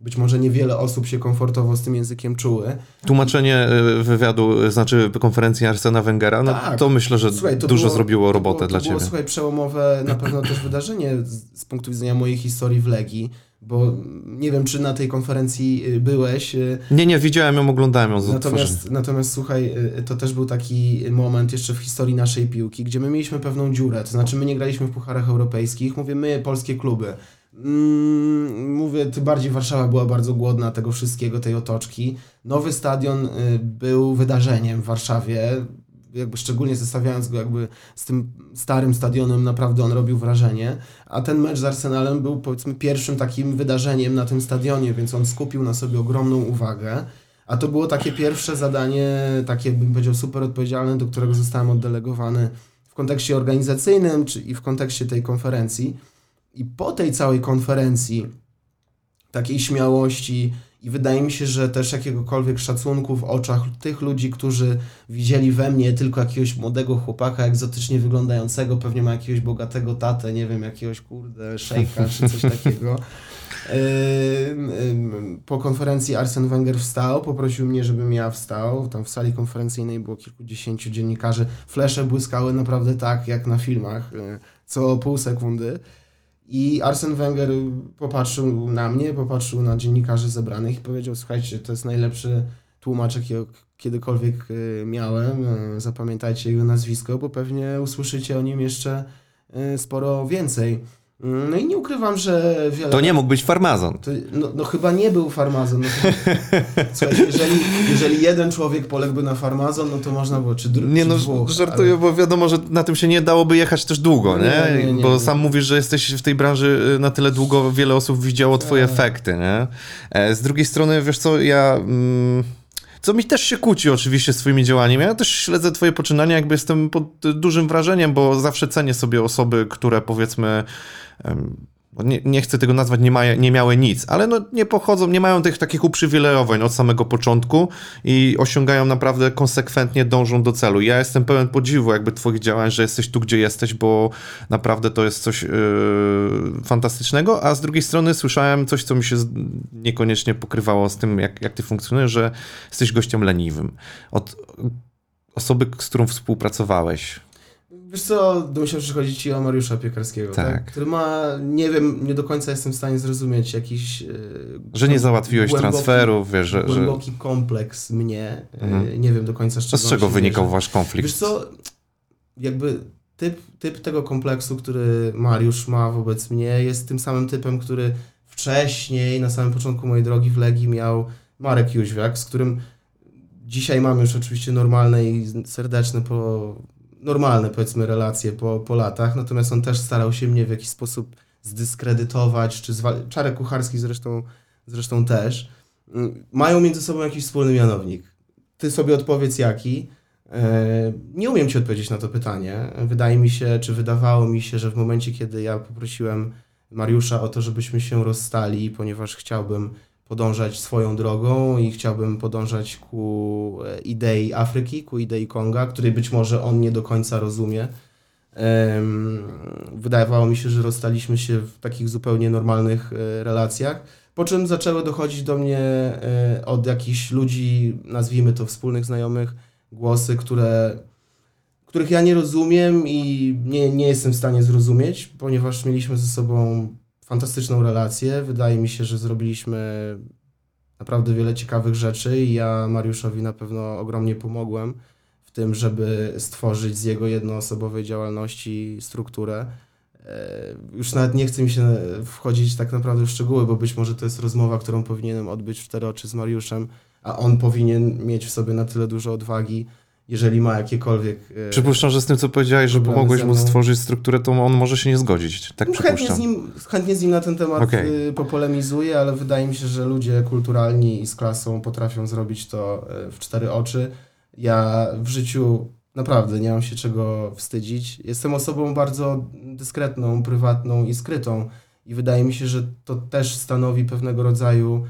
być może niewiele osób się komfortowo z tym językiem czuły. Tłumaczenie wywiadu, znaczy konferencji Arsena Wengera, no tak. to myślę, że Słuchaj, dużo zrobiło robotę dla ciebie. To było, słuchaj, przełomowe na pewno też wydarzenie z punktu widzenia mojej historii w Legii, bo nie wiem, czy na tej konferencji byłeś. Nie, widziałem ją, oglądałem ją z Natomiast słuchaj, to też był taki moment jeszcze w historii naszej piłki, gdzie my mieliśmy pewną dziurę, to znaczy my nie graliśmy w pucharach europejskich, mówię my, polskie kluby. Mówię, tym bardziej Warszawa była bardzo głodna tego wszystkiego, tej otoczki. Nowy stadion był wydarzeniem w Warszawie, jakby szczególnie zestawiając go jakby z tym starym stadionem, naprawdę on robił wrażenie, a ten mecz z Arsenalem był, powiedzmy, pierwszym takim wydarzeniem na tym stadionie, więc on skupił na sobie ogromną uwagę, a to było takie pierwsze zadanie, takie, bym powiedział, super odpowiedzialne, do którego zostałem oddelegowany w kontekście organizacyjnym, czy i w kontekście tej konferencji. I po tej całej konferencji, takiej śmiałości i wydaje mi się, że też jakiegokolwiek szacunku w oczach tych ludzi, którzy widzieli we mnie tylko jakiegoś młodego chłopaka egzotycznie wyglądającego, pewnie ma jakiegoś bogatego tatę, nie wiem, jakiegoś szejka czy coś takiego. Po konferencji Arsene Wenger wstał, poprosił mnie, żebym ja wstał. Tam w sali konferencyjnej było kilkudziesięciu dziennikarzy. Flesze błyskały naprawdę tak, jak na filmach, co pół sekundy. I Arsene Wenger popatrzył na mnie, popatrzył na dziennikarzy zebranych i powiedział: słuchajcie, to jest najlepszy tłumacz, jakiego kiedykolwiek miałem. Zapamiętajcie jego nazwisko, bo pewnie usłyszycie o nim jeszcze sporo więcej. No i nie ukrywam, że wiele... To nie mógł być farmazon. No chyba nie był farmazon. No słuchajcie, jeżeli jeden człowiek poległby na farmazon, no to można było, czy dwóch. Żartuję, bo wiadomo, że na tym się nie dałoby jechać też długo, nie? Bo sam mówisz, że jesteś w tej branży na tyle długo, wiele osób widziało twoje efekty, nie? Z drugiej strony, wiesz co, co mi też się kłóci oczywiście z twoimi działaniami. Ja też śledzę twoje poczynania, jakby jestem pod dużym wrażeniem, bo zawsze cenię sobie osoby, które powiedzmy, nie chcę tego nazwać, nie miały nic, ale no nie pochodzą, nie mają tych takich uprzywilejowań od samego początku i osiągają naprawdę konsekwentnie, dążą do celu. Ja jestem pełen podziwu jakby twoich działań, że jesteś tu, gdzie jesteś, bo naprawdę to jest coś fantastycznego, a z drugiej strony słyszałem coś, co mi się niekoniecznie pokrywało z tym, jak ty funkcjonujesz, że jesteś gościem leniwym. Od osoby, z którą współpracowałeś. Wiesz co, myślę, że chodzi ci o Mariusza Piekarskiego, tak? Który ma, nie wiem, nie do końca jestem w stanie zrozumieć jakiś... że nie załatwiłeś transferów, wiesz, głęboki kompleks mnie, nie wiem do końca z czego. Z czego wynikał wasz konflikt? Wiesz co, jakby typ tego kompleksu, który Mariusz ma wobec mnie, jest tym samym typem, który wcześniej, na samym początku mojej drogi w Legii miał Marek Jóźwiak, z którym dzisiaj mamy już oczywiście normalne i serdeczne normalne, powiedzmy, relacje po latach, natomiast on też starał się mnie w jakiś sposób zdyskredytować, czy Czarek Kucharski zresztą też. Mają między sobą jakiś wspólny mianownik. Ty sobie odpowiedz jaki. Nie umiem ci odpowiedzieć na to pytanie. Wydaje mi się, czy wydawało mi się, że w momencie, kiedy ja poprosiłem Mariusza o to, żebyśmy się rozstali, ponieważ chciałbym podążać swoją drogą i chciałbym podążać ku idei Afryki, ku idei Konga, której być może on nie do końca rozumie. Wydawało mi się, że rozstaliśmy się w takich zupełnie normalnych relacjach, po czym zaczęły dochodzić do mnie od jakichś ludzi, nazwijmy to wspólnych znajomych, głosy, których ja nie rozumiem i nie jestem w stanie zrozumieć, ponieważ mieliśmy ze sobą fantastyczną relację. Wydaje mi się, że zrobiliśmy naprawdę wiele ciekawych rzeczy i ja Mariuszowi na pewno ogromnie pomogłem w tym, żeby stworzyć z jego jednoosobowej działalności strukturę. Już nawet nie chce mi się wchodzić tak naprawdę w szczegóły, bo być może to jest rozmowa, którą powinienem odbyć w 4 oczy z Mariuszem, a on powinien mieć w sobie na tyle dużo odwagi, jeżeli ma jakiekolwiek... Przypuszczam, że z tym, co powiedziałeś, że pomogłeś mu stworzyć strukturę, to on może się nie zgodzić. Tak przypuszczam. Chętnie z nim na ten temat popolemizuję, ale wydaje mi się, że ludzie kulturalni i z klasą potrafią zrobić to w 4 oczy. Ja w życiu naprawdę nie mam się czego wstydzić. Jestem osobą bardzo dyskretną, prywatną i skrytą i wydaje mi się, że to też stanowi pewnego rodzaju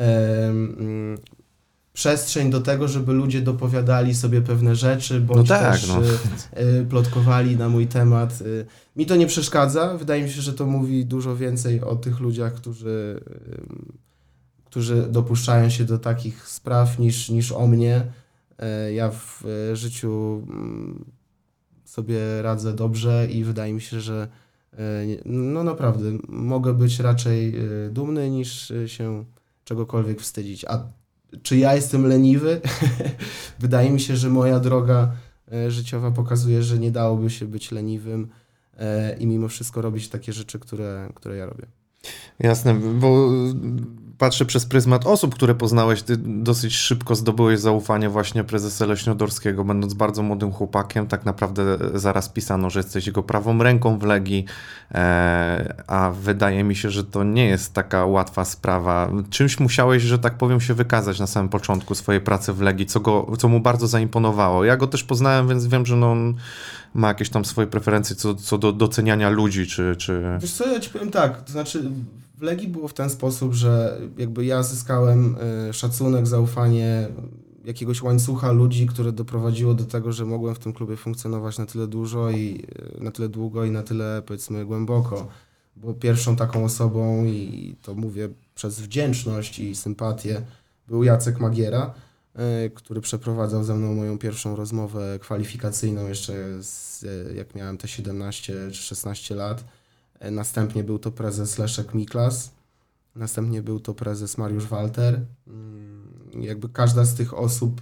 przestrzeń do tego, żeby ludzie dopowiadali sobie pewne rzeczy, bądź też plotkowali na mój temat. Mi to nie przeszkadza. Wydaje mi się, że to mówi dużo więcej o tych ludziach, którzy dopuszczają się do takich spraw niż o mnie. Ja w życiu sobie radzę dobrze i wydaje mi się, że no naprawdę mogę być raczej dumny niż się czegokolwiek wstydzić. A czy ja jestem leniwy? Wydaje mi się, że moja droga życiowa pokazuje, że nie dałoby się być leniwym i mimo wszystko robić takie rzeczy, które ja robię. Jasne, bo patrzę przez pryzmat osób, które poznałeś. Ty dosyć szybko zdobyłeś zaufanie właśnie prezesa Leśniodorskiego, będąc bardzo młodym chłopakiem. Tak naprawdę zaraz pisano, że jesteś jego prawą ręką w Legii, a wydaje mi się, że to nie jest taka łatwa sprawa. Czymś musiałeś, że tak powiem, się wykazać na samym początku swojej pracy w Legii, co mu bardzo zaimponowało. Ja go też poznałem, więc wiem, że on ma jakieś tam swoje preferencje co do doceniania ludzi, czy... Wiesz co, ja ci powiem tak, to znaczy w Legii było w ten sposób, że jakby ja zyskałem szacunek, zaufanie jakiegoś łańcucha ludzi, które doprowadziło do tego, że mogłem w tym klubie funkcjonować na tyle dużo i na tyle długo i na tyle, powiedzmy, głęboko. Bo pierwszą taką osobą, i to mówię przez wdzięczność i sympatię, był Jacek Magiera, który przeprowadzał ze mną moją pierwszą rozmowę kwalifikacyjną jeszcze jak miałem te 17 czy 16 lat. Następnie był to prezes Leszek Miklas, następnie był to prezes Mariusz Walter. Jakby każda z tych osób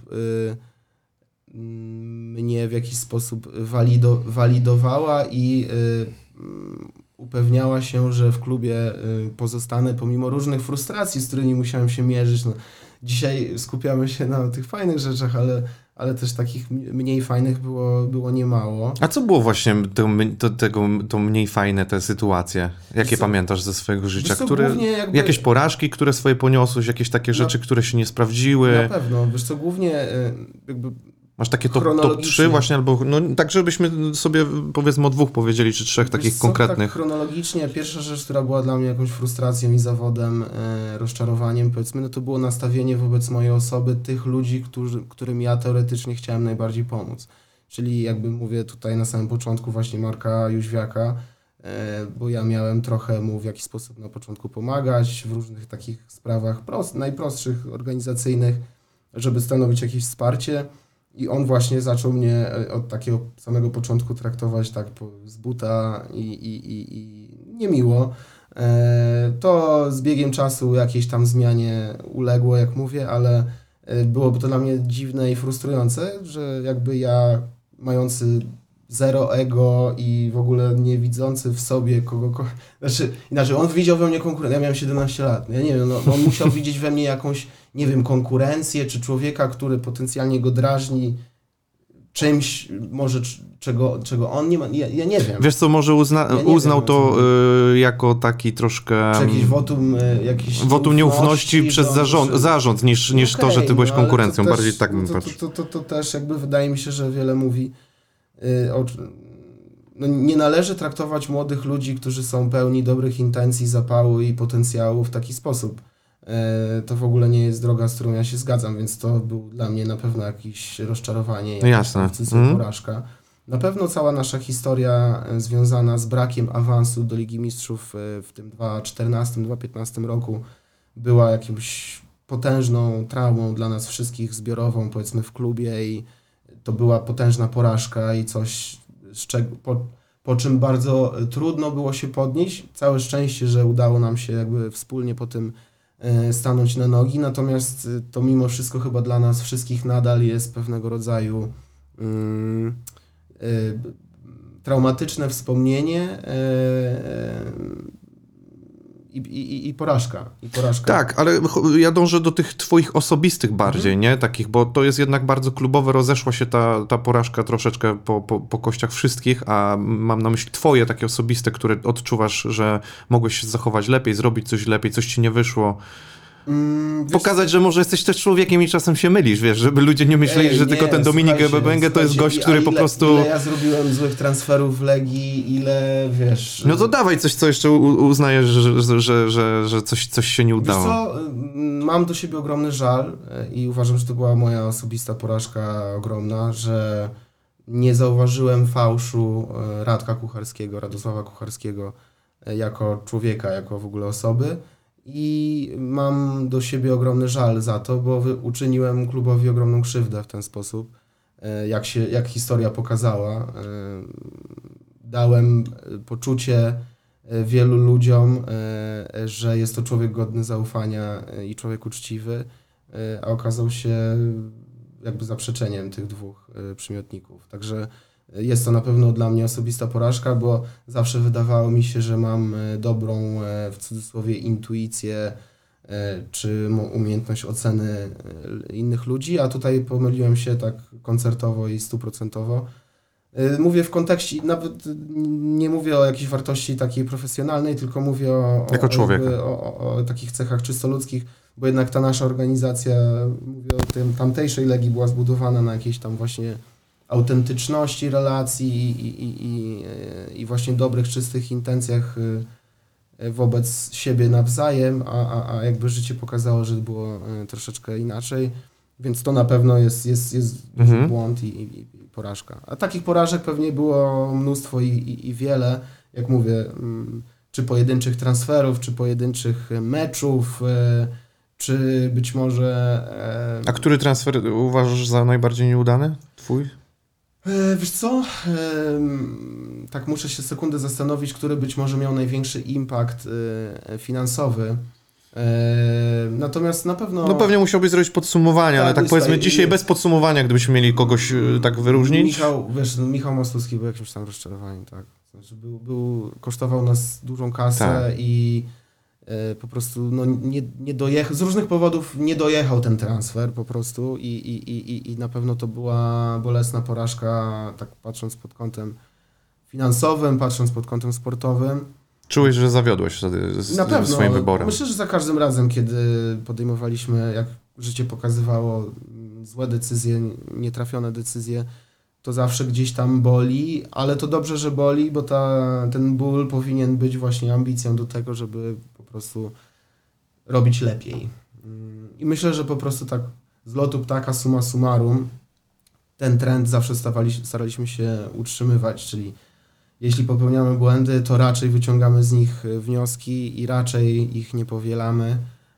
mnie w jakiś sposób walidowała i upewniała się, że w klubie pozostanę pomimo różnych frustracji, z którymi musiałem się mierzyć. No, dzisiaj skupiamy się na tych fajnych rzeczach, ale też takich mniej fajnych było niemało. A co było właśnie to mniej fajne, te sytuacje? Jakie pamiętasz ze swojego życia? Jakieś porażki, które swoje poniosłeś, jakieś takie rzeczy, które się nie sprawdziły? Na pewno. Wiesz co, głównie jakby masz takie top 3 właśnie, albo no, tak żebyśmy sobie powiedzmy o 2 powiedzieli, czy 3 takich konkretnych. Tak chronologicznie, pierwsza rzecz, która była dla mnie jakąś frustracją i zawodem, rozczarowaniem, powiedzmy, no to było nastawienie wobec mojej osoby tych ludzi, którym ja teoretycznie chciałem najbardziej pomóc. Czyli jakby mówię tutaj na samym początku właśnie Marka Jóźwiaka, bo ja miałem trochę mu w jakiś sposób na początku pomagać w różnych takich sprawach najprostszych, organizacyjnych, żeby stanowić jakieś wsparcie. I on właśnie zaczął mnie od takiego samego początku traktować tak z buta i niemiło. To z biegiem czasu jakiejś tam zmianie uległo, jak mówię, ale byłoby to dla mnie dziwne i frustrujące, że jakby ja mający zero ego i w ogóle nie widzący w sobie znaczy inaczej, on widział we mnie konkurencję, ja miałem 17 lat, ja nie wiem, no, on musiał widzieć we mnie jakąś, nie wiem, konkurencję, czy człowieka, który potencjalnie go drażni czymś, może czego on nie ma, ja nie wiem. Wiesz co, może uznał to jako taki troszkę... Czy jakiś wotum nieufności przez zarząd niż okay, to, że ty byłeś konkurencją, też, bardziej tak bym patrzył. To też jakby wydaje mi się, że wiele mówi no nie należy traktować młodych ludzi, którzy są pełni dobrych intencji, zapału i potencjału w taki sposób. To w ogóle nie jest droga, z którą ja się zgadzam, więc to był dla mnie na pewno jakieś rozczarowanie, jakaś porażka. Na pewno cała nasza historia związana z brakiem awansu do Ligi Mistrzów w tym 2014-2015 roku była jakimś potężną traumą dla nas wszystkich, zbiorową, powiedzmy, w klubie, i to była potężna porażka i coś, po czym bardzo trudno było się podnieść. Całe szczęście, że udało nam się jakby wspólnie po tym stanąć na nogi, natomiast to mimo wszystko chyba dla nas wszystkich nadal jest pewnego rodzaju traumatyczne wspomnienie i porażka. Tak, ale ja dążę do tych twoich osobistych bardziej, nie? Takich, bo to jest jednak bardzo klubowe, rozeszła się ta porażka troszeczkę po kościach wszystkich, a mam na myśli twoje takie osobiste, które odczuwasz, że mogłeś się zachować lepiej, zrobić coś lepiej, coś ci nie wyszło. Pokazać, że może jesteś też człowiekiem i czasem się mylisz, wiesz, żeby ludzie nie myśleli, że tylko ten Dominik Ebebenge to jest gość, który po prostu... Ile ja zrobiłem złych transferów w Legii, ile, wiesz... No to dawaj coś, co jeszcze uznajesz, że coś się nie udało. Wiesz co, mam do siebie ogromny żal i uważam, że to była moja osobista porażka ogromna, że nie zauważyłem fałszu Radosława Kucharskiego jako człowieka, jako w ogóle osoby. i mam do siebie ogromny żal za to, bo uczyniłem klubowi ogromną krzywdę w ten sposób, jak historia pokazała. Dałem poczucie wielu ludziom, że jest to człowiek godny zaufania i człowiek uczciwy, a okazał się jakby zaprzeczeniem tych dwóch przymiotników. Także jest to na pewno dla mnie osobista porażka, bo zawsze wydawało mi się, że mam dobrą, w cudzysłowie, intuicję czy umiejętność oceny innych ludzi, a tutaj pomyliłem się tak koncertowo i 100%. Mówię w kontekście, nawet nie mówię o jakiejś wartości takiej profesjonalnej, tylko mówię jako człowieka. O takich cechach czysto ludzkich, bo jednak ta nasza organizacja, mówię o tym, tamtejszej Legii była zbudowana na jakiejś tam właśnie autentyczności relacji i właśnie dobrych, czystych intencjach wobec siebie nawzajem, a jakby życie pokazało, że było troszeczkę inaczej, więc to na pewno jest duży błąd i porażka. A takich porażek pewnie było mnóstwo i wiele, jak mówię, czy pojedynczych transferów, czy pojedynczych meczów, czy być może... A który transfer uważasz za najbardziej nieudany? Twój? Wiesz co? Tak muszę się sekundę zastanowić, który być może miał największy impact finansowy. Natomiast na pewno... No pewnie musiałbyś zrobić podsumowanie, ale tak powiedzmy dzisiaj bez podsumowania, gdybyśmy mieli kogoś tak wyróżnić. Michał Mostowski był jakimś tam rozczarowaniem, tak. Znaczy kosztował nas dużą kasę, tak. I po prostu nie dojechał, z różnych powodów nie dojechał ten transfer po prostu i na pewno to była bolesna porażka, tak patrząc pod kątem finansowym, patrząc pod kątem sportowym. Czułeś, że zawiodłeś ze swoim wyborem? Myślę, że za każdym razem, kiedy podejmowaliśmy, jak życie pokazywało, złe decyzje, nietrafione decyzje, to zawsze gdzieś tam boli, ale to dobrze, że boli, bo ten ból powinien być właśnie ambicją do tego, żeby po prostu robić lepiej. I myślę, że po prostu tak z lotu ptaka summa summarum ten trend zawsze staraliśmy się utrzymywać, czyli jeśli popełniamy błędy, to raczej wyciągamy z nich wnioski i raczej ich nie powielamy,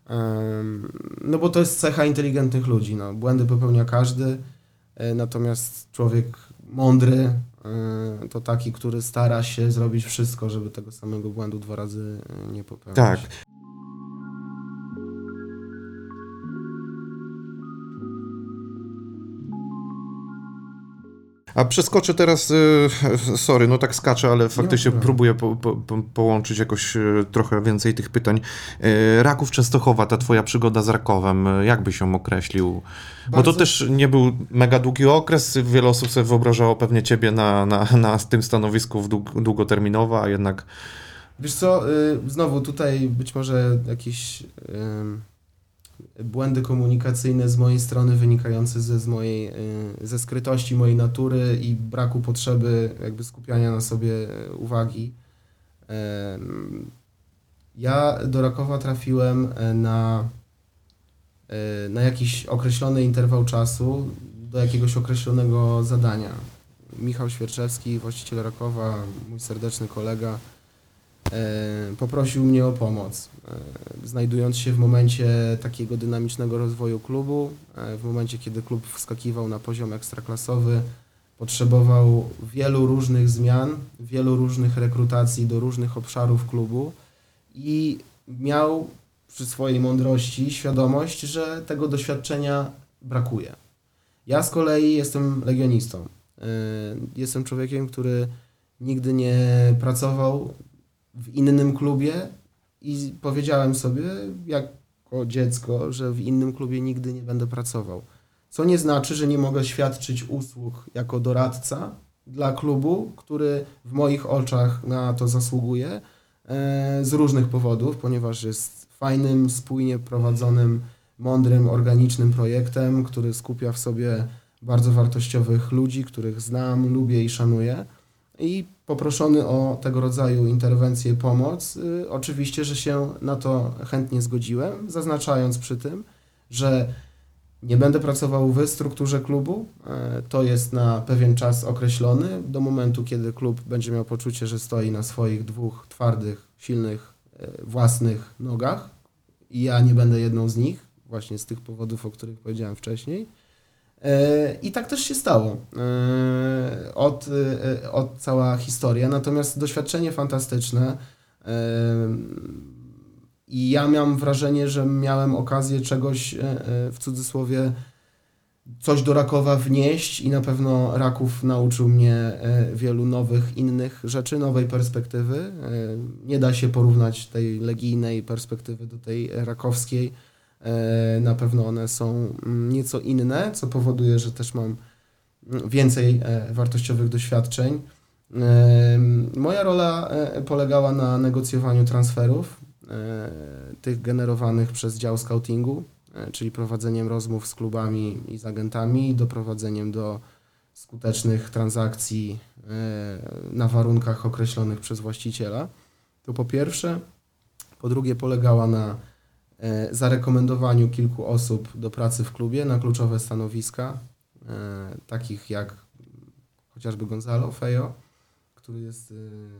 no bo to jest cecha inteligentnych ludzi. No. Błędy popełnia każdy, natomiast człowiek mądry to taki, który stara się zrobić wszystko, żeby tego samego błędu 2 razy nie popełnić. Tak. A przeskoczę teraz, sorry, no tak skaczę, ale faktycznie próbuję połączyć jakoś trochę więcej tych pytań. Raków Częstochowa, ta twoja przygoda z Rakowem, jak byś ją określił? Bo to też nie był mega długi okres, wiele osób sobie wyobrażało pewnie ciebie na tym stanowisku długoterminowo, a jednak... Wiesz co, znowu tutaj być może jakieś... błędy komunikacyjne z mojej strony wynikające ze skrytości mojej natury i braku potrzeby jakby skupiania na sobie uwagi. Ja do Rakowa trafiłem na jakiś określony interwał czasu do jakiegoś określonego zadania. Michał Świerczewski, właściciel Rakowa, mój serdeczny kolega, poprosił mnie o pomoc, znajdując się w momencie takiego dynamicznego rozwoju klubu, w momencie, kiedy klub wskakiwał na poziom ekstraklasowy, potrzebował wielu różnych zmian, wielu różnych rekrutacji do różnych obszarów klubu i miał przy swojej mądrości świadomość, że tego doświadczenia brakuje. Ja z kolei jestem legionistą. Jestem człowiekiem, który nigdy nie pracował w innym klubie i powiedziałem sobie jako dziecko, że w innym klubie nigdy nie będę pracował. Co nie znaczy, że nie mogę świadczyć usług jako doradca dla klubu, który w moich oczach na to zasługuje z różnych powodów, ponieważ jest fajnym, spójnie prowadzonym, mądrym, organicznym projektem, który skupia w sobie bardzo wartościowych ludzi, których znam, lubię i szanuję. I poproszony o tego rodzaju interwencję, pomoc, oczywiście, że się na to chętnie zgodziłem, zaznaczając przy tym, że nie będę pracował w strukturze klubu, to jest na pewien czas określony, do momentu, kiedy klub będzie miał poczucie, że stoi na swoich 2 twardych, silnych, własnych nogach, i ja nie będę jedną z nich, właśnie z tych powodów, o których powiedziałem wcześniej. I tak też się stało. Od cała historia. Natomiast doświadczenie fantastyczne. I ja miałem wrażenie, że miałem okazję czegoś, w cudzysłowie, coś do Rakowa wnieść i na pewno Raków nauczył mnie wielu nowych, innych rzeczy, nowej perspektywy. Nie da się porównać tej legijnej perspektywy do tej rakowskiej. Na pewno one są nieco inne, co powoduje, że też mam więcej wartościowych doświadczeń. Moja rola polegała na negocjowaniu transferów, tych generowanych przez dział scoutingu, czyli prowadzeniem rozmów z klubami i z agentami, doprowadzeniem do skutecznych transakcji na warunkach określonych przez właściciela. To po pierwsze. Po drugie polegała na zarekomendowaniu kilku osób do pracy w klubie na kluczowe stanowiska, takich jak chociażby Gonzalo Fejo, który jest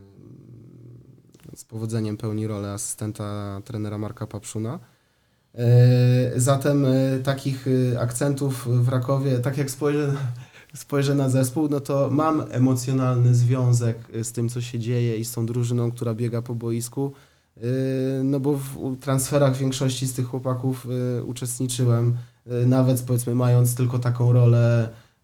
z powodzeniem pełni rolę asystenta trenera Marka Papszuna. Zatem takich akcentów w Rakowie, tak jak spojrzę na zespół, no to mam emocjonalny związek z tym, co się dzieje i z tą drużyną, która biega po boisku. No bo w transferach większości z tych chłopaków uczestniczyłem, nawet powiedzmy mając tylko taką rolę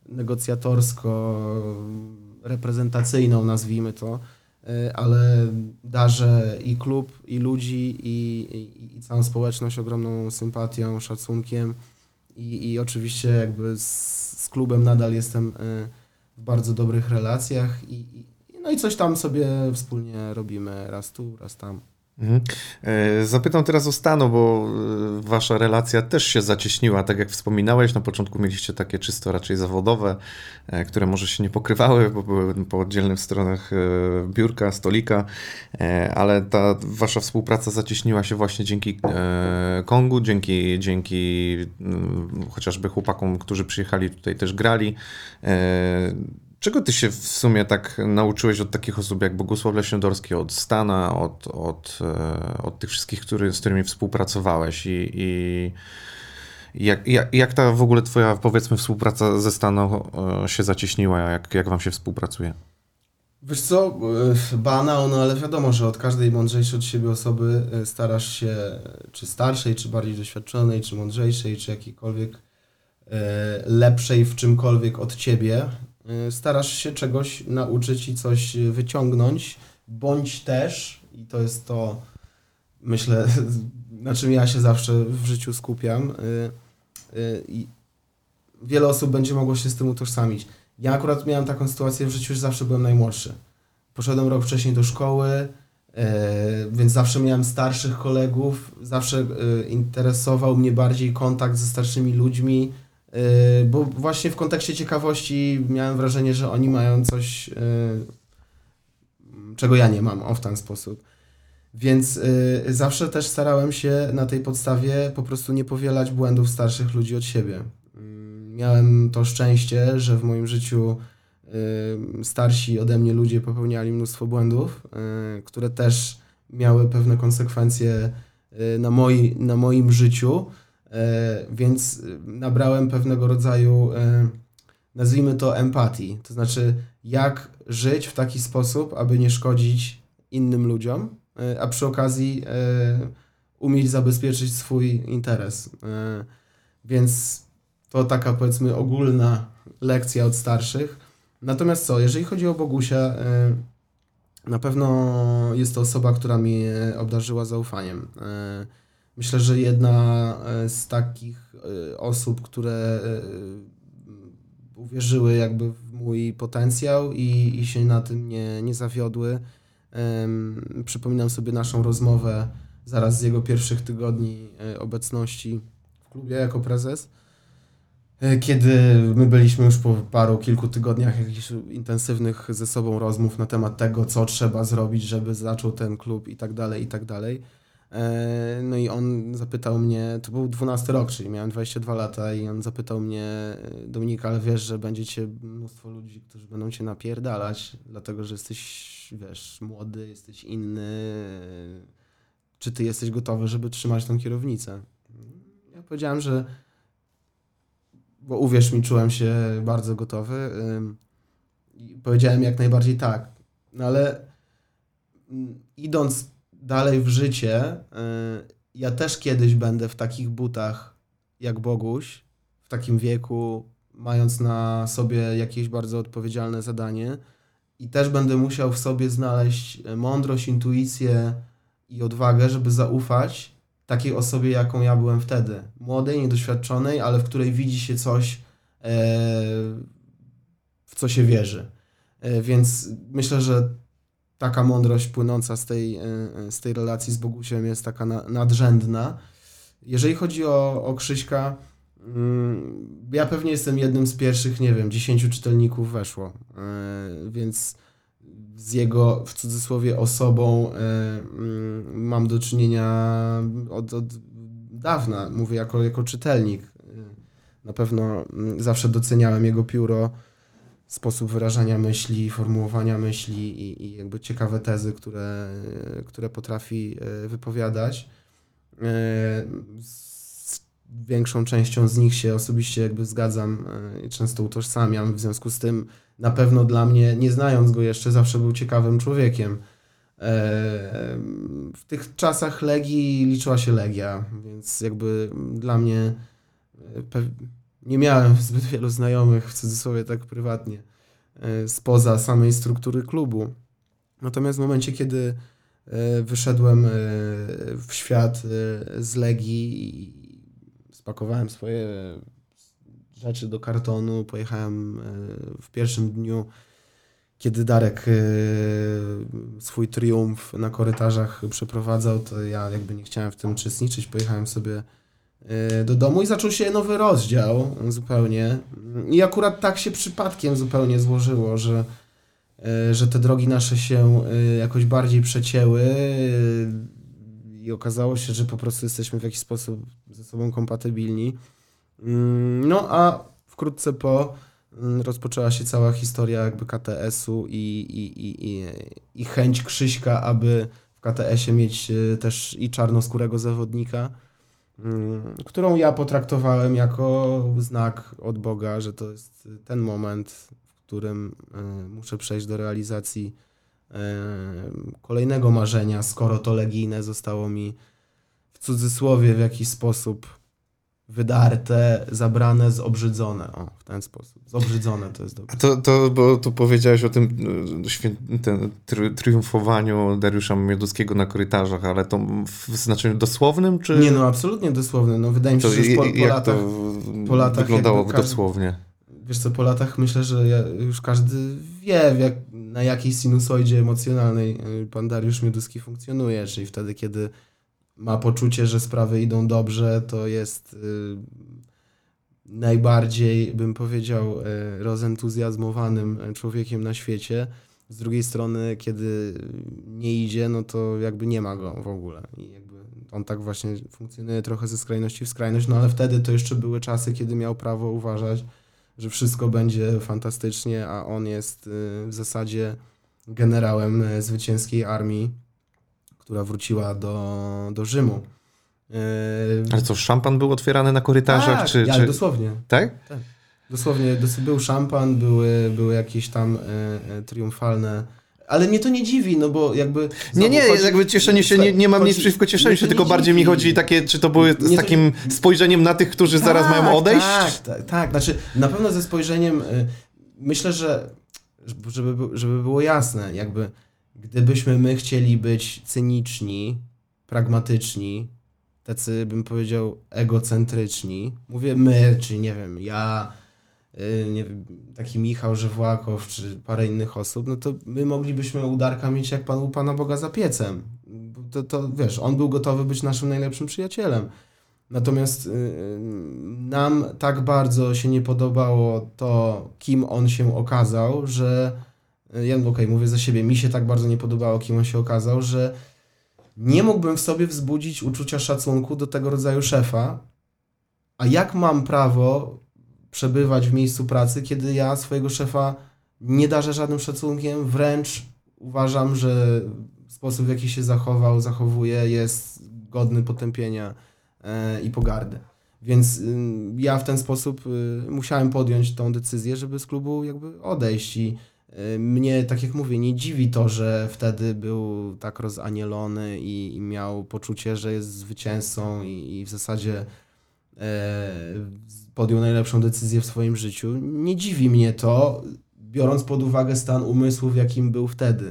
negocjatorsko-reprezentacyjną, nazwijmy to, ale darzę i klub, i ludzi, i całą społeczność ogromną sympatią, szacunkiem i oczywiście jakby z klubem nadal jestem w bardzo dobrych relacjach no i coś tam sobie wspólnie robimy, raz tu, raz tam. Zapytam teraz o Stano, bo wasza relacja też się zacieśniła, tak jak wspominałeś, na początku mieliście takie czysto raczej zawodowe, które może się nie pokrywały, bo były po oddzielnych stronach biurka, stolika, ale ta wasza współpraca zacieśniła się właśnie dzięki Kongu, dzięki chociażby chłopakom, którzy przyjechali tutaj też grali. Czego ty się w sumie tak nauczyłeś od takich osób jak Bogusław Leśniodorski, od Stana, od tych wszystkich, z którymi współpracowałeś i jak ta w ogóle twoja, powiedzmy, współpraca ze Staną się zacieśniła, jak wam się współpracuje? Wiesz co, banał, no ale wiadomo, że od każdej mądrzejszej od siebie osoby starasz się, czy starszej, czy bardziej doświadczonej, czy mądrzejszej, czy jakiejkolwiek lepszej w czymkolwiek od ciebie, starasz się czegoś nauczyć i coś wyciągnąć, bądź też, i to jest to, myślę, na czym ja się zawsze w życiu skupiam, i wiele osób będzie mogło się z tym utożsamić. Ja akurat miałem taką sytuację w życiu, że zawsze byłem najmłodszy. Poszedłem rok wcześniej do szkoły, więc zawsze miałem starszych kolegów, zawsze interesował mnie bardziej kontakt ze starszymi ludźmi, bo właśnie w kontekście ciekawości miałem wrażenie, że oni mają coś, czego ja nie mam, w ten sposób. Więc zawsze też starałem się na tej podstawie po prostu nie powielać błędów starszych ludzi od siebie. Miałem to szczęście, że w moim życiu starsi ode mnie ludzie popełniali mnóstwo błędów, które też miały pewne konsekwencje na moim życiu, więc nabrałem pewnego rodzaju, nazwijmy to, empatii. To znaczy, jak żyć w taki sposób, aby nie szkodzić innym ludziom, a przy okazji umieć zabezpieczyć swój interes. Więc to taka, powiedzmy, ogólna lekcja od starszych. Natomiast jeżeli chodzi o Bogusia, na pewno jest to osoba, która mnie obdarzyła zaufaniem. Myślę, że jedna z takich osób, które uwierzyły jakby w mój potencjał i się na tym nie zawiodły. Przypominam sobie naszą rozmowę zaraz z jego pierwszych tygodni obecności w klubie jako prezes, kiedy my byliśmy już po kilku tygodniach jakichś intensywnych ze sobą rozmów na temat tego, co trzeba zrobić, żeby zaczął ten klub i tak dalej, i tak dalej. No i on zapytał mnie, to był 12 rok, czyli miałem 22 lata i on zapytał mnie: Dominik, ale wiesz, że będzie mnóstwo ludzi, którzy będą cię napierdalać, dlatego że jesteś, wiesz, młody, jesteś inny, czy ty jesteś gotowy, żeby trzymać tą kierownicę? Ja powiedziałem, że, bo uwierz mi, czułem się bardzo gotowy i powiedziałem jak najbardziej tak. No ale idąc dalej w życie, ja też kiedyś będę w takich butach jak Boguś, w takim wieku, mając na sobie jakieś bardzo odpowiedzialne zadanie i też będę musiał w sobie znaleźć mądrość, intuicję i odwagę, żeby zaufać takiej osobie, jaką ja byłem wtedy. Młodej, niedoświadczonej, ale w której widzi się coś, w co się wierzy. Więc myślę, że taka mądrość płynąca z tej relacji z Bogusiem jest taka nadrzędna. Jeżeli chodzi o Krzyśka, ja pewnie jestem jednym z pierwszych, 10 czytelników weszło, więc z jego, w cudzysłowie, osobą mam do czynienia od dawna, mówię jako czytelnik. Na pewno zawsze doceniałem jego pióro, sposób wyrażania myśli, formułowania myśli i jakby ciekawe tezy, które potrafi wypowiadać. Z większą częścią z nich się osobiście jakby zgadzam i często utożsamiam, w związku z tym na pewno dla mnie, nie znając go jeszcze, zawsze był ciekawym człowiekiem. W tych czasach Legii liczyła się Legia, więc jakby dla mnie nie miałem zbyt wielu znajomych, w cudzysłowie tak prywatnie, spoza samej struktury klubu. Natomiast w momencie, kiedy wyszedłem w świat z Legii i spakowałem swoje rzeczy do kartonu, pojechałem w pierwszym dniu, kiedy Darek swój triumf na korytarzach przeprowadzał, to ja jakby nie chciałem w tym uczestniczyć, pojechałem sobie do domu i zaczął się nowy rozdział zupełnie. I akurat tak się przypadkiem zupełnie złożyło, że te drogi nasze się jakoś bardziej przecięły i okazało się, że po prostu jesteśmy w jakiś sposób ze sobą kompatybilni. No a wkrótce po rozpoczęła się cała historia jakby KTS-u i chęć Krzyśka, aby w KTS-ie mieć też i czarnoskórego zawodnika, którą ja potraktowałem jako znak od Boga, że to jest ten moment, w którym muszę przejść do realizacji kolejnego marzenia, skoro to legijne zostało mi w cudzysłowie w jakiś sposób wydarte, zabrane, zobrzydzone. O, w ten sposób. Zobrzydzone to jest dobre. Bo tu powiedziałeś o tym triumfowaniu Dariusza Mioduskiego na korytarzach, ale to w znaczeniu dosłownym, czy... Nie, no absolutnie dosłowne. No wydaje mi się, że po latach wyglądało dosłownie? Wiesz co, po latach myślę, że już każdy wie, na jakiej sinusoidzie emocjonalnej pan Dariusz Mioduski funkcjonuje, czyli wtedy, kiedy ma poczucie, że sprawy idą dobrze, to jest najbardziej, bym powiedział, rozentuzjazmowanym człowiekiem na świecie. Z drugiej strony, kiedy nie idzie, no to jakby nie ma go w ogóle. I jakby on tak właśnie funkcjonuje trochę ze skrajności w skrajność, no ale wtedy to jeszcze były czasy, kiedy miał prawo uważać, że wszystko będzie fantastycznie, a on jest w zasadzie generałem zwycięskiej armii, która wróciła do Rzymu. Ale co, szampan był otwierany na korytarzach? Tak, czy... dosłownie. Tak? Tak. Dosłownie był szampan, były jakieś tam triumfalne... Ale mnie to nie dziwi, no bo jakby... Jakby cieszenie się, nie mam nic przeciwko cieszeniu się, tylko bardziej mi chodzi takie, czy to były z takim spojrzeniem na tych, którzy zaraz mają odejść? Tak. Znaczy, na pewno ze spojrzeniem, myślę, że żeby było jasne, jakby gdybyśmy my chcieli być cyniczni, pragmatyczni, tacy, bym powiedział, egocentryczni, mówię my, czyli nie wiem, ja, nie wiem, taki Michał Żewłakow, czy parę innych osób, no to my moglibyśmy u Darka mieć jak u Pana Boga za piecem. To wiesz, on był gotowy być naszym najlepszym przyjacielem. Natomiast nam tak bardzo się nie podobało to, kim on się okazał, że ja mówię za siebie, mi się tak bardzo nie podobało, kim on się okazał, że nie mógłbym w sobie wzbudzić uczucia szacunku do tego rodzaju szefa, a jak mam prawo przebywać w miejscu pracy, kiedy ja swojego szefa nie darzę żadnym szacunkiem, wręcz uważam, że sposób, w jaki się zachowuje, jest godny potępienia i pogardy. Więc ja w ten sposób musiałem podjąć tą decyzję, żeby z klubu jakby odejść i mnie, tak jak mówię, nie dziwi to, że wtedy był tak rozanielony i miał poczucie, że jest zwycięzcą i w zasadzie podjął najlepszą decyzję w swoim życiu. Nie dziwi mnie to, biorąc pod uwagę stan umysłu, w jakim był wtedy.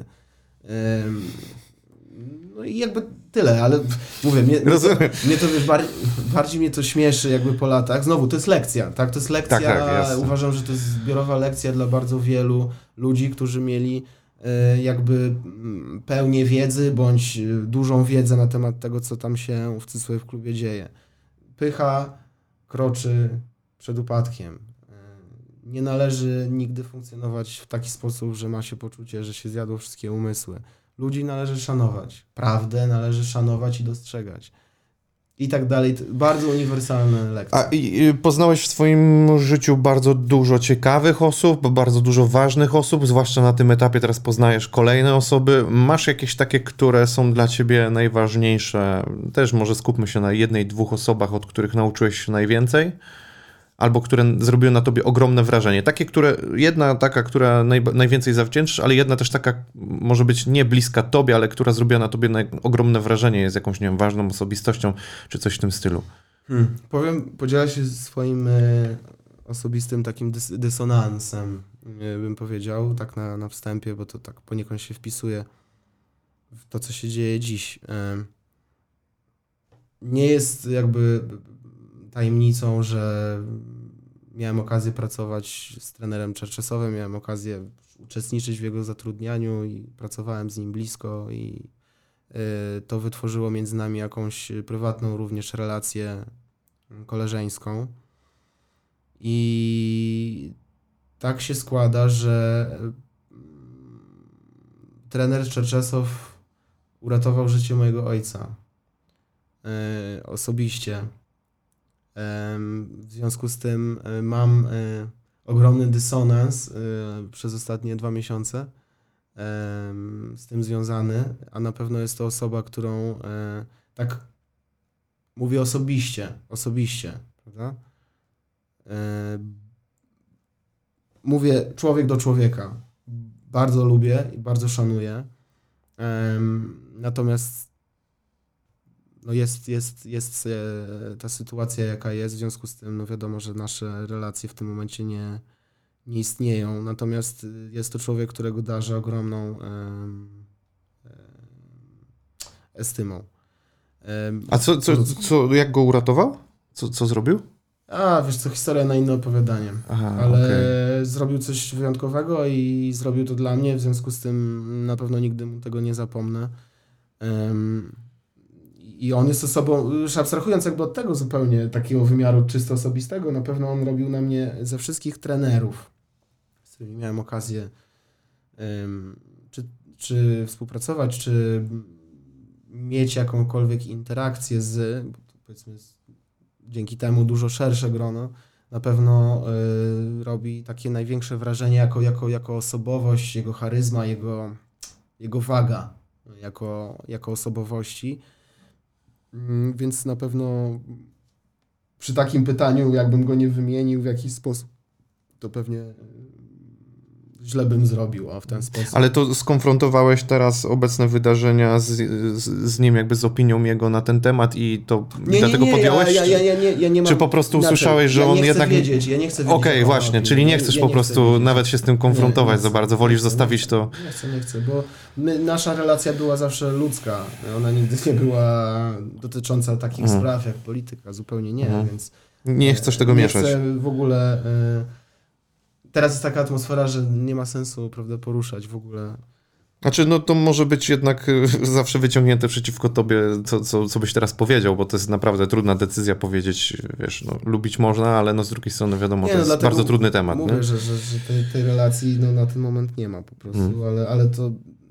No i jakby tyle, ale mówię, mnie to wiesz, bardziej mnie to śmieszy jakby po latach. Znowu, to jest lekcja, tak? To jest lekcja, tak, uważam, że to jest zbiorowa lekcja dla bardzo wielu ludzi, którzy mieli jakby pełnię wiedzy, bądź dużą wiedzę na temat tego, co tam się w cudzysłowie w klubie dzieje. Pycha kroczy przed upadkiem. Nie należy nigdy funkcjonować w taki sposób, że ma się poczucie, że się zjadło wszystkie umysły. Ludzi należy szanować. Prawdę należy szanować i dostrzegać. I tak dalej. Bardzo uniwersalne lekcje. A poznałeś w swoim życiu bardzo dużo ciekawych osób, bardzo dużo ważnych osób, zwłaszcza na tym etapie teraz poznajesz kolejne osoby. Masz jakieś takie, które są dla ciebie najważniejsze? Też może skupmy się na jednej, dwóch osobach, od których nauczyłeś się najwięcej? Albo które zrobiły na tobie ogromne wrażenie. Takie, jedna taka, która najwięcej zawdzięczysz, ale jedna też taka może być nie bliska tobie, ale która zrobiła na tobie ogromne wrażenie, jest jakąś, nie wiem, ważną osobistością, czy coś w tym stylu. Podziela się swoim osobistym takim dysonansem, bym powiedział, tak na wstępie, bo to tak poniekąd się wpisuje w to, co się dzieje dziś. Nie jest jakby tajemnicą, że miałem okazję pracować z trenerem Czerczesowym, miałem okazję uczestniczyć w jego zatrudnianiu i pracowałem z nim blisko i to wytworzyło między nami jakąś prywatną również relację koleżeńską. I tak się składa, że trener Czerczesow uratował życie mojego ojca osobiście. W związku z tym mam ogromny dysonans przez ostatnie 2 miesiące z tym związany, a na pewno jest to osoba, którą tak mówię osobiście, prawda? Mówię człowiek do człowieka. Bardzo lubię i bardzo szanuję. Natomiast no jest ta sytuacja, jaka jest, w związku z tym no wiadomo, że nasze relacje w tym momencie nie istnieją. Natomiast jest to człowiek, którego darzę ogromną estymą. A jak go uratował? Co zrobił? Wiesz co, historia na inne opowiadanie. Ale zrobił coś wyjątkowego i zrobił to dla mnie, w związku z tym na pewno nigdy mu tego nie zapomnę. I on jest osobą, już abstrahując jakby od tego zupełnie takiego wymiaru czysto osobistego, na pewno on robił na mnie ze wszystkich trenerów, z którymi miałem okazję czy współpracować, czy mieć jakąkolwiek interakcję z, powiedzmy, dzięki temu dużo szersze grono, na pewno robi takie największe wrażenie jako osobowość, jego charyzma, jego waga jako osobowości. Więc na pewno przy takim pytaniu, jakbym go nie wymienił w jakiś sposób, to pewnie źle bym zrobił, a w ten sposób. Ale to skonfrontowałeś teraz obecne wydarzenia z nim, jakby z opinią jego na ten temat i to dlatego podjąłeś? Ja nie mam... Czy po prostu usłyszałeś, że on jednak... Ja nie chcę wiedzieć. Okej, właśnie, czyli nie chcesz po prostu nawet się z tym konfrontować za bardzo, wolisz zostawić to... Nie chcę, bo nasza relacja była zawsze ludzka. Ona nigdy nie była dotycząca takich spraw jak polityka, zupełnie nie, więc... Nie chcesz tego mieszać. Nie chcę w ogóle... Teraz jest taka atmosfera, że nie ma sensu, prawda, poruszać w ogóle. Znaczy, no to może być jednak zawsze wyciągnięte przeciwko tobie, co byś teraz powiedział, bo to jest naprawdę trudna decyzja powiedzieć, wiesz, no, lubić można, ale no z drugiej strony wiadomo, to jest bardzo trudny temat. Mówię, nie? że tej relacji no, na ten moment nie ma po prostu, ale to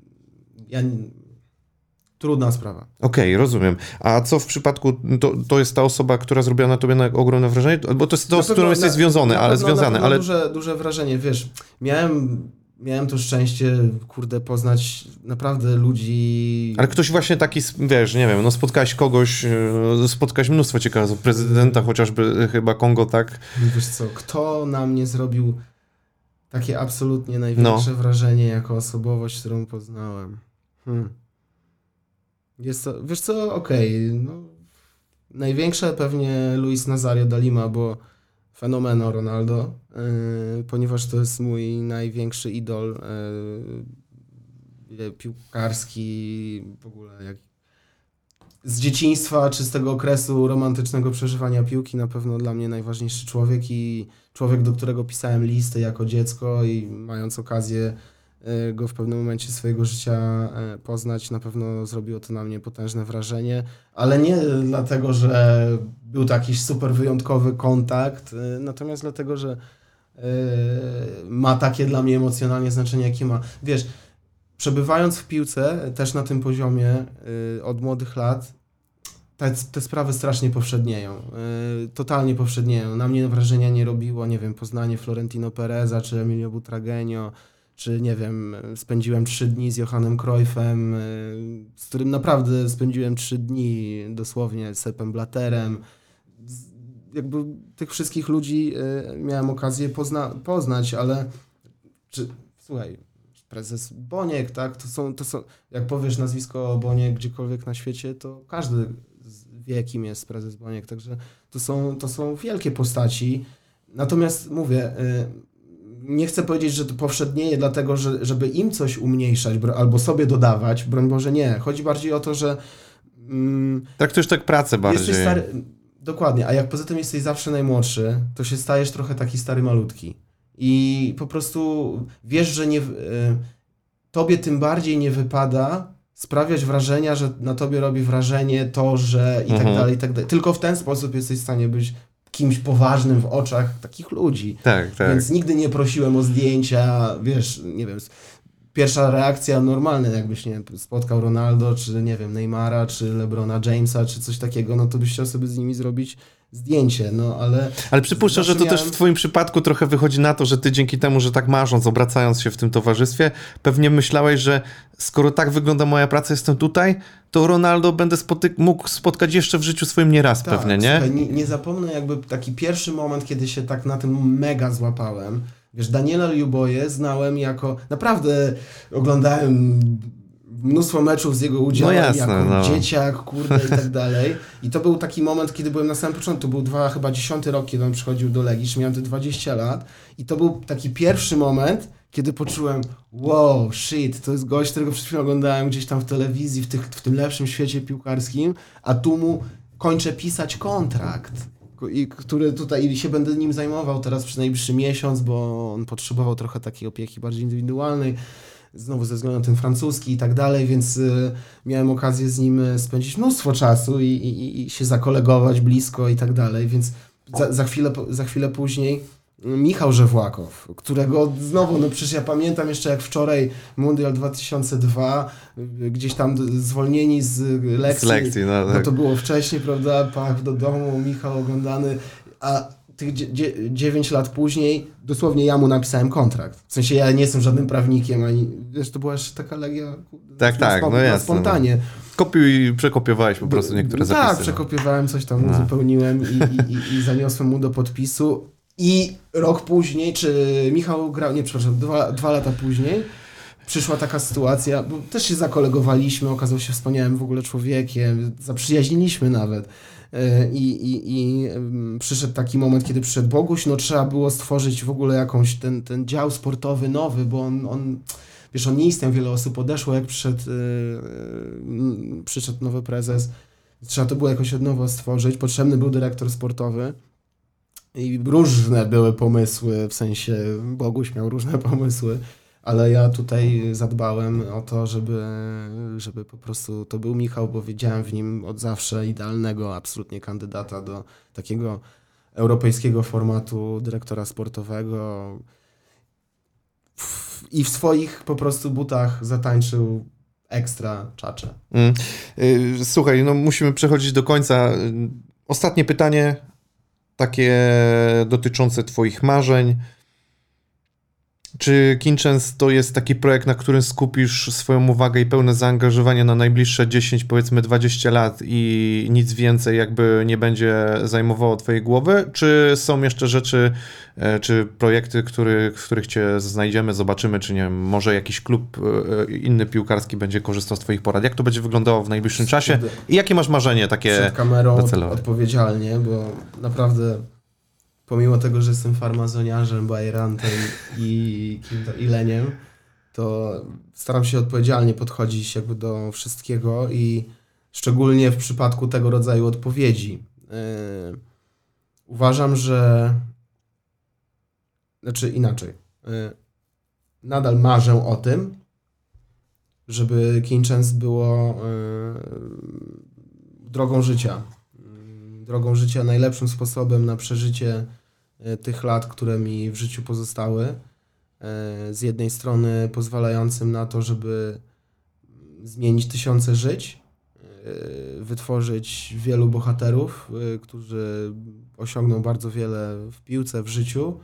trudna sprawa. Okej, rozumiem. A co w przypadku, to jest ta osoba, która zrobiła na tobie ogromne wrażenie? Bo to jest to, z którą jesteś związany, ale... Duże wrażenie, wiesz, miałem miałem to szczęście, kurde, poznać naprawdę ludzi... Ale ktoś właśnie taki, wiesz, nie wiem, no spotkałeś mnóstwo ciekawych osób, prezydenta chociażby chyba Kongo, tak? Wiesz co, kto na mnie zrobił takie absolutnie największe wrażenie jako osobowość, którą poznałem? Jest to, wiesz co, no, największe pewnie Luis Nazario da Lima, bo fenomeno Ronaldo, ponieważ to jest mój największy idol piłkarski, w ogóle z dzieciństwa czy z tego okresu romantycznego przeżywania piłki, na pewno dla mnie najważniejszy człowiek i człowiek, do którego pisałem listy jako dziecko i mając okazję go w pewnym momencie swojego życia poznać, na pewno zrobiło to na mnie potężne wrażenie, ale nie dlatego, że był to jakiś super wyjątkowy kontakt, natomiast dlatego, że ma takie dla mnie emocjonalnie znaczenie, jakie ma. Wiesz, przebywając w piłce, też na tym poziomie od młodych lat, te sprawy strasznie powszednieją. Totalnie powszednieją. Na mnie wrażenia nie robiło, nie wiem, poznanie Florentino Pereza czy Emilio Butragueño, czy nie wiem, spędziłem 3 dni z Johannem Cruyffem, z którym naprawdę spędziłem 3 dni dosłownie, z Seppem Blatterem. Jakby tych wszystkich ludzi miałem okazję poznać, ale słuchaj, prezes Boniek, tak? To są, jak powiesz nazwisko Boniek gdziekolwiek na świecie, to każdy wie, kim jest prezes Boniek, także to są wielkie postaci. Natomiast mówię, nie chcę powiedzieć, że to powszednieje dlatego, żeby im coś umniejszać albo sobie dodawać, broń Boże nie. Chodzi bardziej o to, że traktujesz tak pracę bardziej. Jesteś stary, dokładnie, a jak poza tym jesteś zawsze najmłodszy, to się stajesz trochę taki stary malutki. I po prostu wiesz, że tobie tym bardziej nie wypada sprawiać wrażenia, że na tobie robi wrażenie to, że i tak dalej, i tak dalej. Tylko w ten sposób jesteś w stanie być kimś poważnym w oczach takich ludzi. Tak. Więc nigdy nie prosiłem o zdjęcia, wiesz, nie wiem, pierwsza reakcja normalna, jakbyś, nie wiem, spotkał Ronaldo, czy nie wiem, Neymara, czy LeBrona Jamesa, czy coś takiego, no to byś chciał sobie z nimi zrobić zdjęcie, no ale... Ale przypuszczam, że to też w twoim przypadku trochę wychodzi na to, że ty dzięki temu, że tak marząc, obracając się w tym towarzystwie, pewnie myślałeś, że skoro tak wygląda moja praca, jestem tutaj, to Ronaldo będę mógł spotkać jeszcze w życiu swoim nieraz pewnie, nie? Słuchaj, nie zapomnę jakby taki pierwszy moment, kiedy się tak na tym mega złapałem. Wiesz, Daniela Liuboje znałem jako... Naprawdę oglądałem mnóstwo meczów z jego udziałem, jako dzieciak, kurde i tak dalej. I to był taki moment, kiedy byłem na samym początku. To był chyba 10 rok, kiedy on przychodził do Legii, miałem te 20 lat. I to był taki pierwszy moment, kiedy poczułem, wow, shit, to jest gość, którego przed chwilą oglądałem gdzieś tam w telewizji, w tym lepszym świecie piłkarskim, a tu mu kończę pisać kontrakt. I który tutaj się będę nim zajmował teraz przez najbliższy miesiąc, bo on potrzebował trochę takiej opieki bardziej indywidualnej, znowu ze względu na ten francuski i tak dalej, więc miałem okazję z nim spędzić mnóstwo czasu i się zakolegować blisko i tak dalej, więc za chwilę później Michał Żewłakow, którego znowu, no przecież ja pamiętam jeszcze jak wczoraj Mundial 2002, gdzieś tam zwolnieni z lekcji, no to było wcześniej, prawda, pach do domu, Michał oglądany, a tych 9 lat później dosłownie ja mu napisałem kontrakt. W sensie ja nie jestem żadnym prawnikiem, ani, wiesz, to była jeszcze taka legia na spontanie. Kopiuj i przekopiowałeś po prostu niektóre zapisy. Tak, przekopiowałem, coś tam uzupełniłem i zaniosłem mu do podpisu. I rok później, czy Michał grał, nie, przepraszam, 2 lata później przyszła taka sytuacja, bo też się zakolegowaliśmy, okazał się wspaniałym w ogóle człowiekiem, zaprzyjaźniliśmy nawet. I przyszedł taki moment, kiedy przyszedł Boguś, no trzeba było stworzyć w ogóle jakąś ten dział sportowy nowy, bo on wiesz, on nie istniał, wiele osób odeszło, jak przyszedł nowy prezes. Trzeba to było jakoś od nowa stworzyć, potrzebny był dyrektor sportowy. I różne były pomysły, w sensie Boguś miał różne pomysły, ale ja tutaj zadbałem o to, żeby po prostu to był Michał, bo wiedziałem w nim od zawsze idealnego absolutnie kandydata do takiego europejskiego formatu dyrektora sportowego i w swoich po prostu butach zatańczył ekstra czacze. Słuchaj, no musimy przechodzić do końca. Ostatnie pytanie, takie dotyczące twoich marzeń. Czy Kinchens to jest taki projekt, na którym skupisz swoją uwagę i pełne zaangażowanie na najbliższe 10, powiedzmy 20 lat i nic więcej jakby nie będzie zajmowało twojej głowy? Czy są jeszcze rzeczy, czy projekty, w których cię znajdziemy, zobaczymy, czy nie wiem, może jakiś klub inny piłkarski będzie korzystał z twoich porad? Jak to będzie wyglądało w najbliższym czasie? I jakie masz marzenie takie przed kamerą docelowe? odpowiedzialnie, bo naprawdę pomimo tego, że jestem farmazoniarzem, bajerantem i leniem, to staram się odpowiedzialnie podchodzić jakby do wszystkiego i szczególnie w przypadku tego rodzaju odpowiedzi. Uważam, że inaczej. Nadal marzę o tym, żeby Kinchens było drogą życia. Drogą życia najlepszym sposobem na przeżycie tych lat, które mi w życiu pozostały. Z jednej strony pozwalającym na to, żeby zmienić tysiące żyć, wytworzyć wielu bohaterów, którzy osiągną bardzo wiele w piłce, w życiu.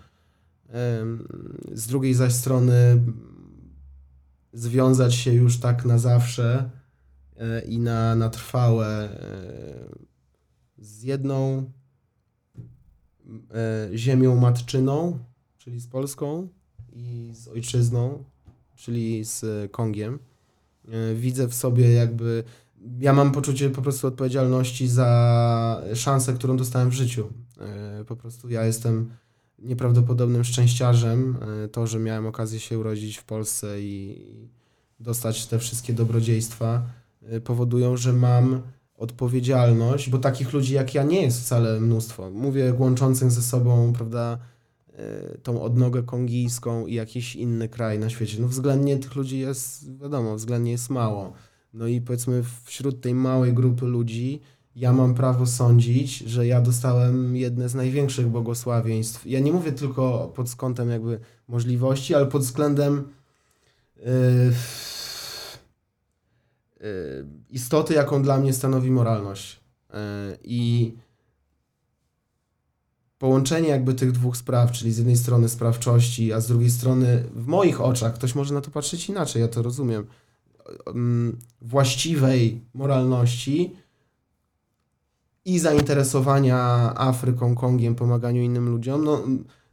Z drugiej zaś strony związać się już tak na zawsze i na trwałe z jedną ziemią matczyną, czyli z Polską, i z ojczyzną, czyli z Kongiem. Widzę w sobie jakby... Ja mam poczucie po prostu odpowiedzialności za szansę, którą dostałem w życiu. Po prostu ja jestem nieprawdopodobnym szczęściarzem. To, że miałem okazję się urodzić w Polsce i dostać te wszystkie dobrodziejstwa, powodują, że mam odpowiedzialność, bo takich ludzi jak ja nie jest wcale mnóstwo. Mówię łączących ze sobą, prawda, tą odnogę kongijską i jakiś inny kraj na świecie. No względnie tych ludzi jest, wiadomo, względnie jest mało. No i powiedzmy wśród tej małej grupy ludzi ja mam prawo sądzić, że ja dostałem jedne z największych błogosławieństw. Ja nie mówię tylko pod kątem jakby możliwości, ale pod względem istoty, jaką dla mnie stanowi moralność. I połączenie jakby tych dwóch spraw, czyli z jednej strony sprawczości, a z drugiej strony w moich oczach, ktoś może na to patrzeć inaczej, ja to rozumiem, właściwej moralności i zainteresowania Afryką, Kongiem, pomaganiu innym ludziom, no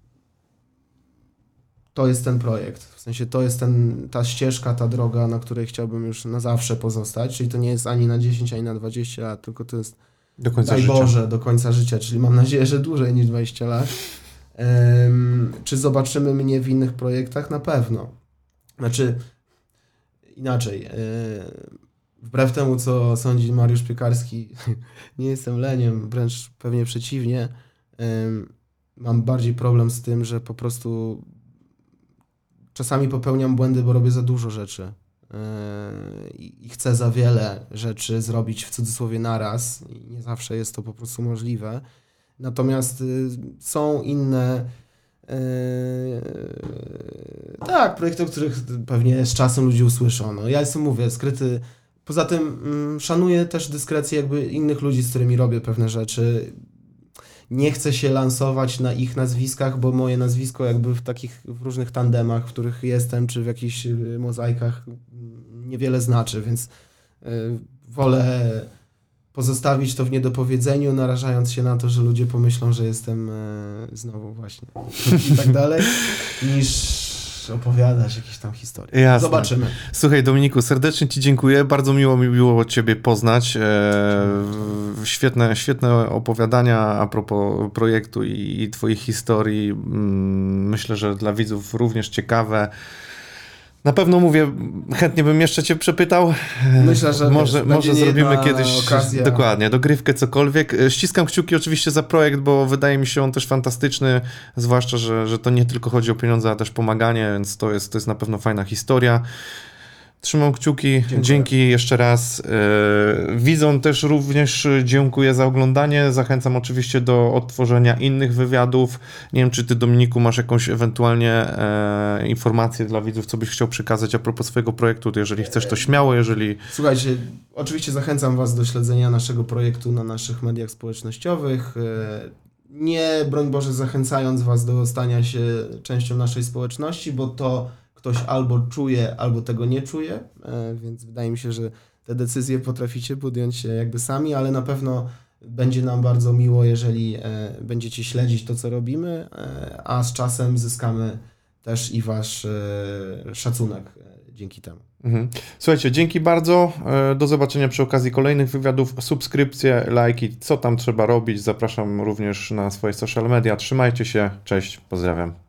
to jest ten projekt. W sensie to jest ta ścieżka, ta droga, na której chciałbym już na zawsze pozostać, czyli to nie jest ani na 10, ani na 20 lat, tylko to jest do końca daj życia. Boże, do końca życia, czyli mam nadzieję, że dłużej niż 20 lat. Czy zobaczymy mnie w innych projektach? Na pewno. Znaczy, inaczej. Wbrew temu, co sądzi Mariusz Piekarski, nie jestem leniem, wręcz pewnie przeciwnie. Mam bardziej problem z tym, że po prostu czasami popełniam błędy, bo robię za dużo rzeczy. I chcę za wiele rzeczy zrobić w cudzysłowie naraz i nie zawsze jest to po prostu możliwe. Natomiast są inne projekty, o których pewnie z czasem ludzie usłyszą. No, ja jestem, mówię, skryty. Poza tym szanuję też dyskrecję jakby innych ludzi, z którymi robię pewne rzeczy. Nie chcę się lansować na ich nazwiskach, bo moje nazwisko jakby w różnych tandemach, w których jestem, czy w jakichś mozaikach niewiele znaczy, więc wolę pozostawić to w niedopowiedzeniu, narażając się na to, że ludzie pomyślą, że jestem znowu właśnie i tak dalej, niż opowiadać jakieś tam historie. Jasne. Zobaczymy. Słuchaj, Dominiku, serdecznie Ci dziękuję. Bardzo miło mi było Ciebie poznać. Świetne opowiadania a propos projektu i Twoich historii. Myślę, że dla widzów również ciekawe. Na pewno mówię, chętnie bym jeszcze Cię przepytał. Myślę, że może zrobimy kiedyś okazja. Dokładnie, dogrywkę, cokolwiek. Ściskam kciuki oczywiście za projekt, bo wydaje mi się on też fantastyczny, zwłaszcza, że to nie tylko chodzi o pieniądze, a też pomaganie, więc to jest na pewno fajna historia. Trzymam kciuki, Dziękuję. Dzięki jeszcze raz. Widzom też również dziękuję za oglądanie. Zachęcam oczywiście do odtworzenia innych wywiadów. Nie wiem, czy Ty, Dominiku, masz jakąś ewentualnie informację dla widzów, co byś chciał przekazać a propos swojego projektu. To jeżeli chcesz, to śmiało, jeżeli... Słuchajcie, oczywiście zachęcam Was do śledzenia naszego projektu na naszych mediach społecznościowych. nie, broń Boże, zachęcając Was do stania się częścią naszej społeczności, bo to ktoś albo czuje, albo tego nie czuje, więc wydaje mi się, że te decyzje potraficie podjąć jakby sami, ale na pewno będzie nam bardzo miło, jeżeli będziecie śledzić to, co robimy, a z czasem zyskamy też i Wasz szacunek dzięki temu. Słuchajcie, dzięki bardzo. Do zobaczenia przy okazji kolejnych wywiadów. Subskrypcje, lajki, co tam trzeba robić. Zapraszam również na swoje social media. Trzymajcie się. Cześć, pozdrawiam.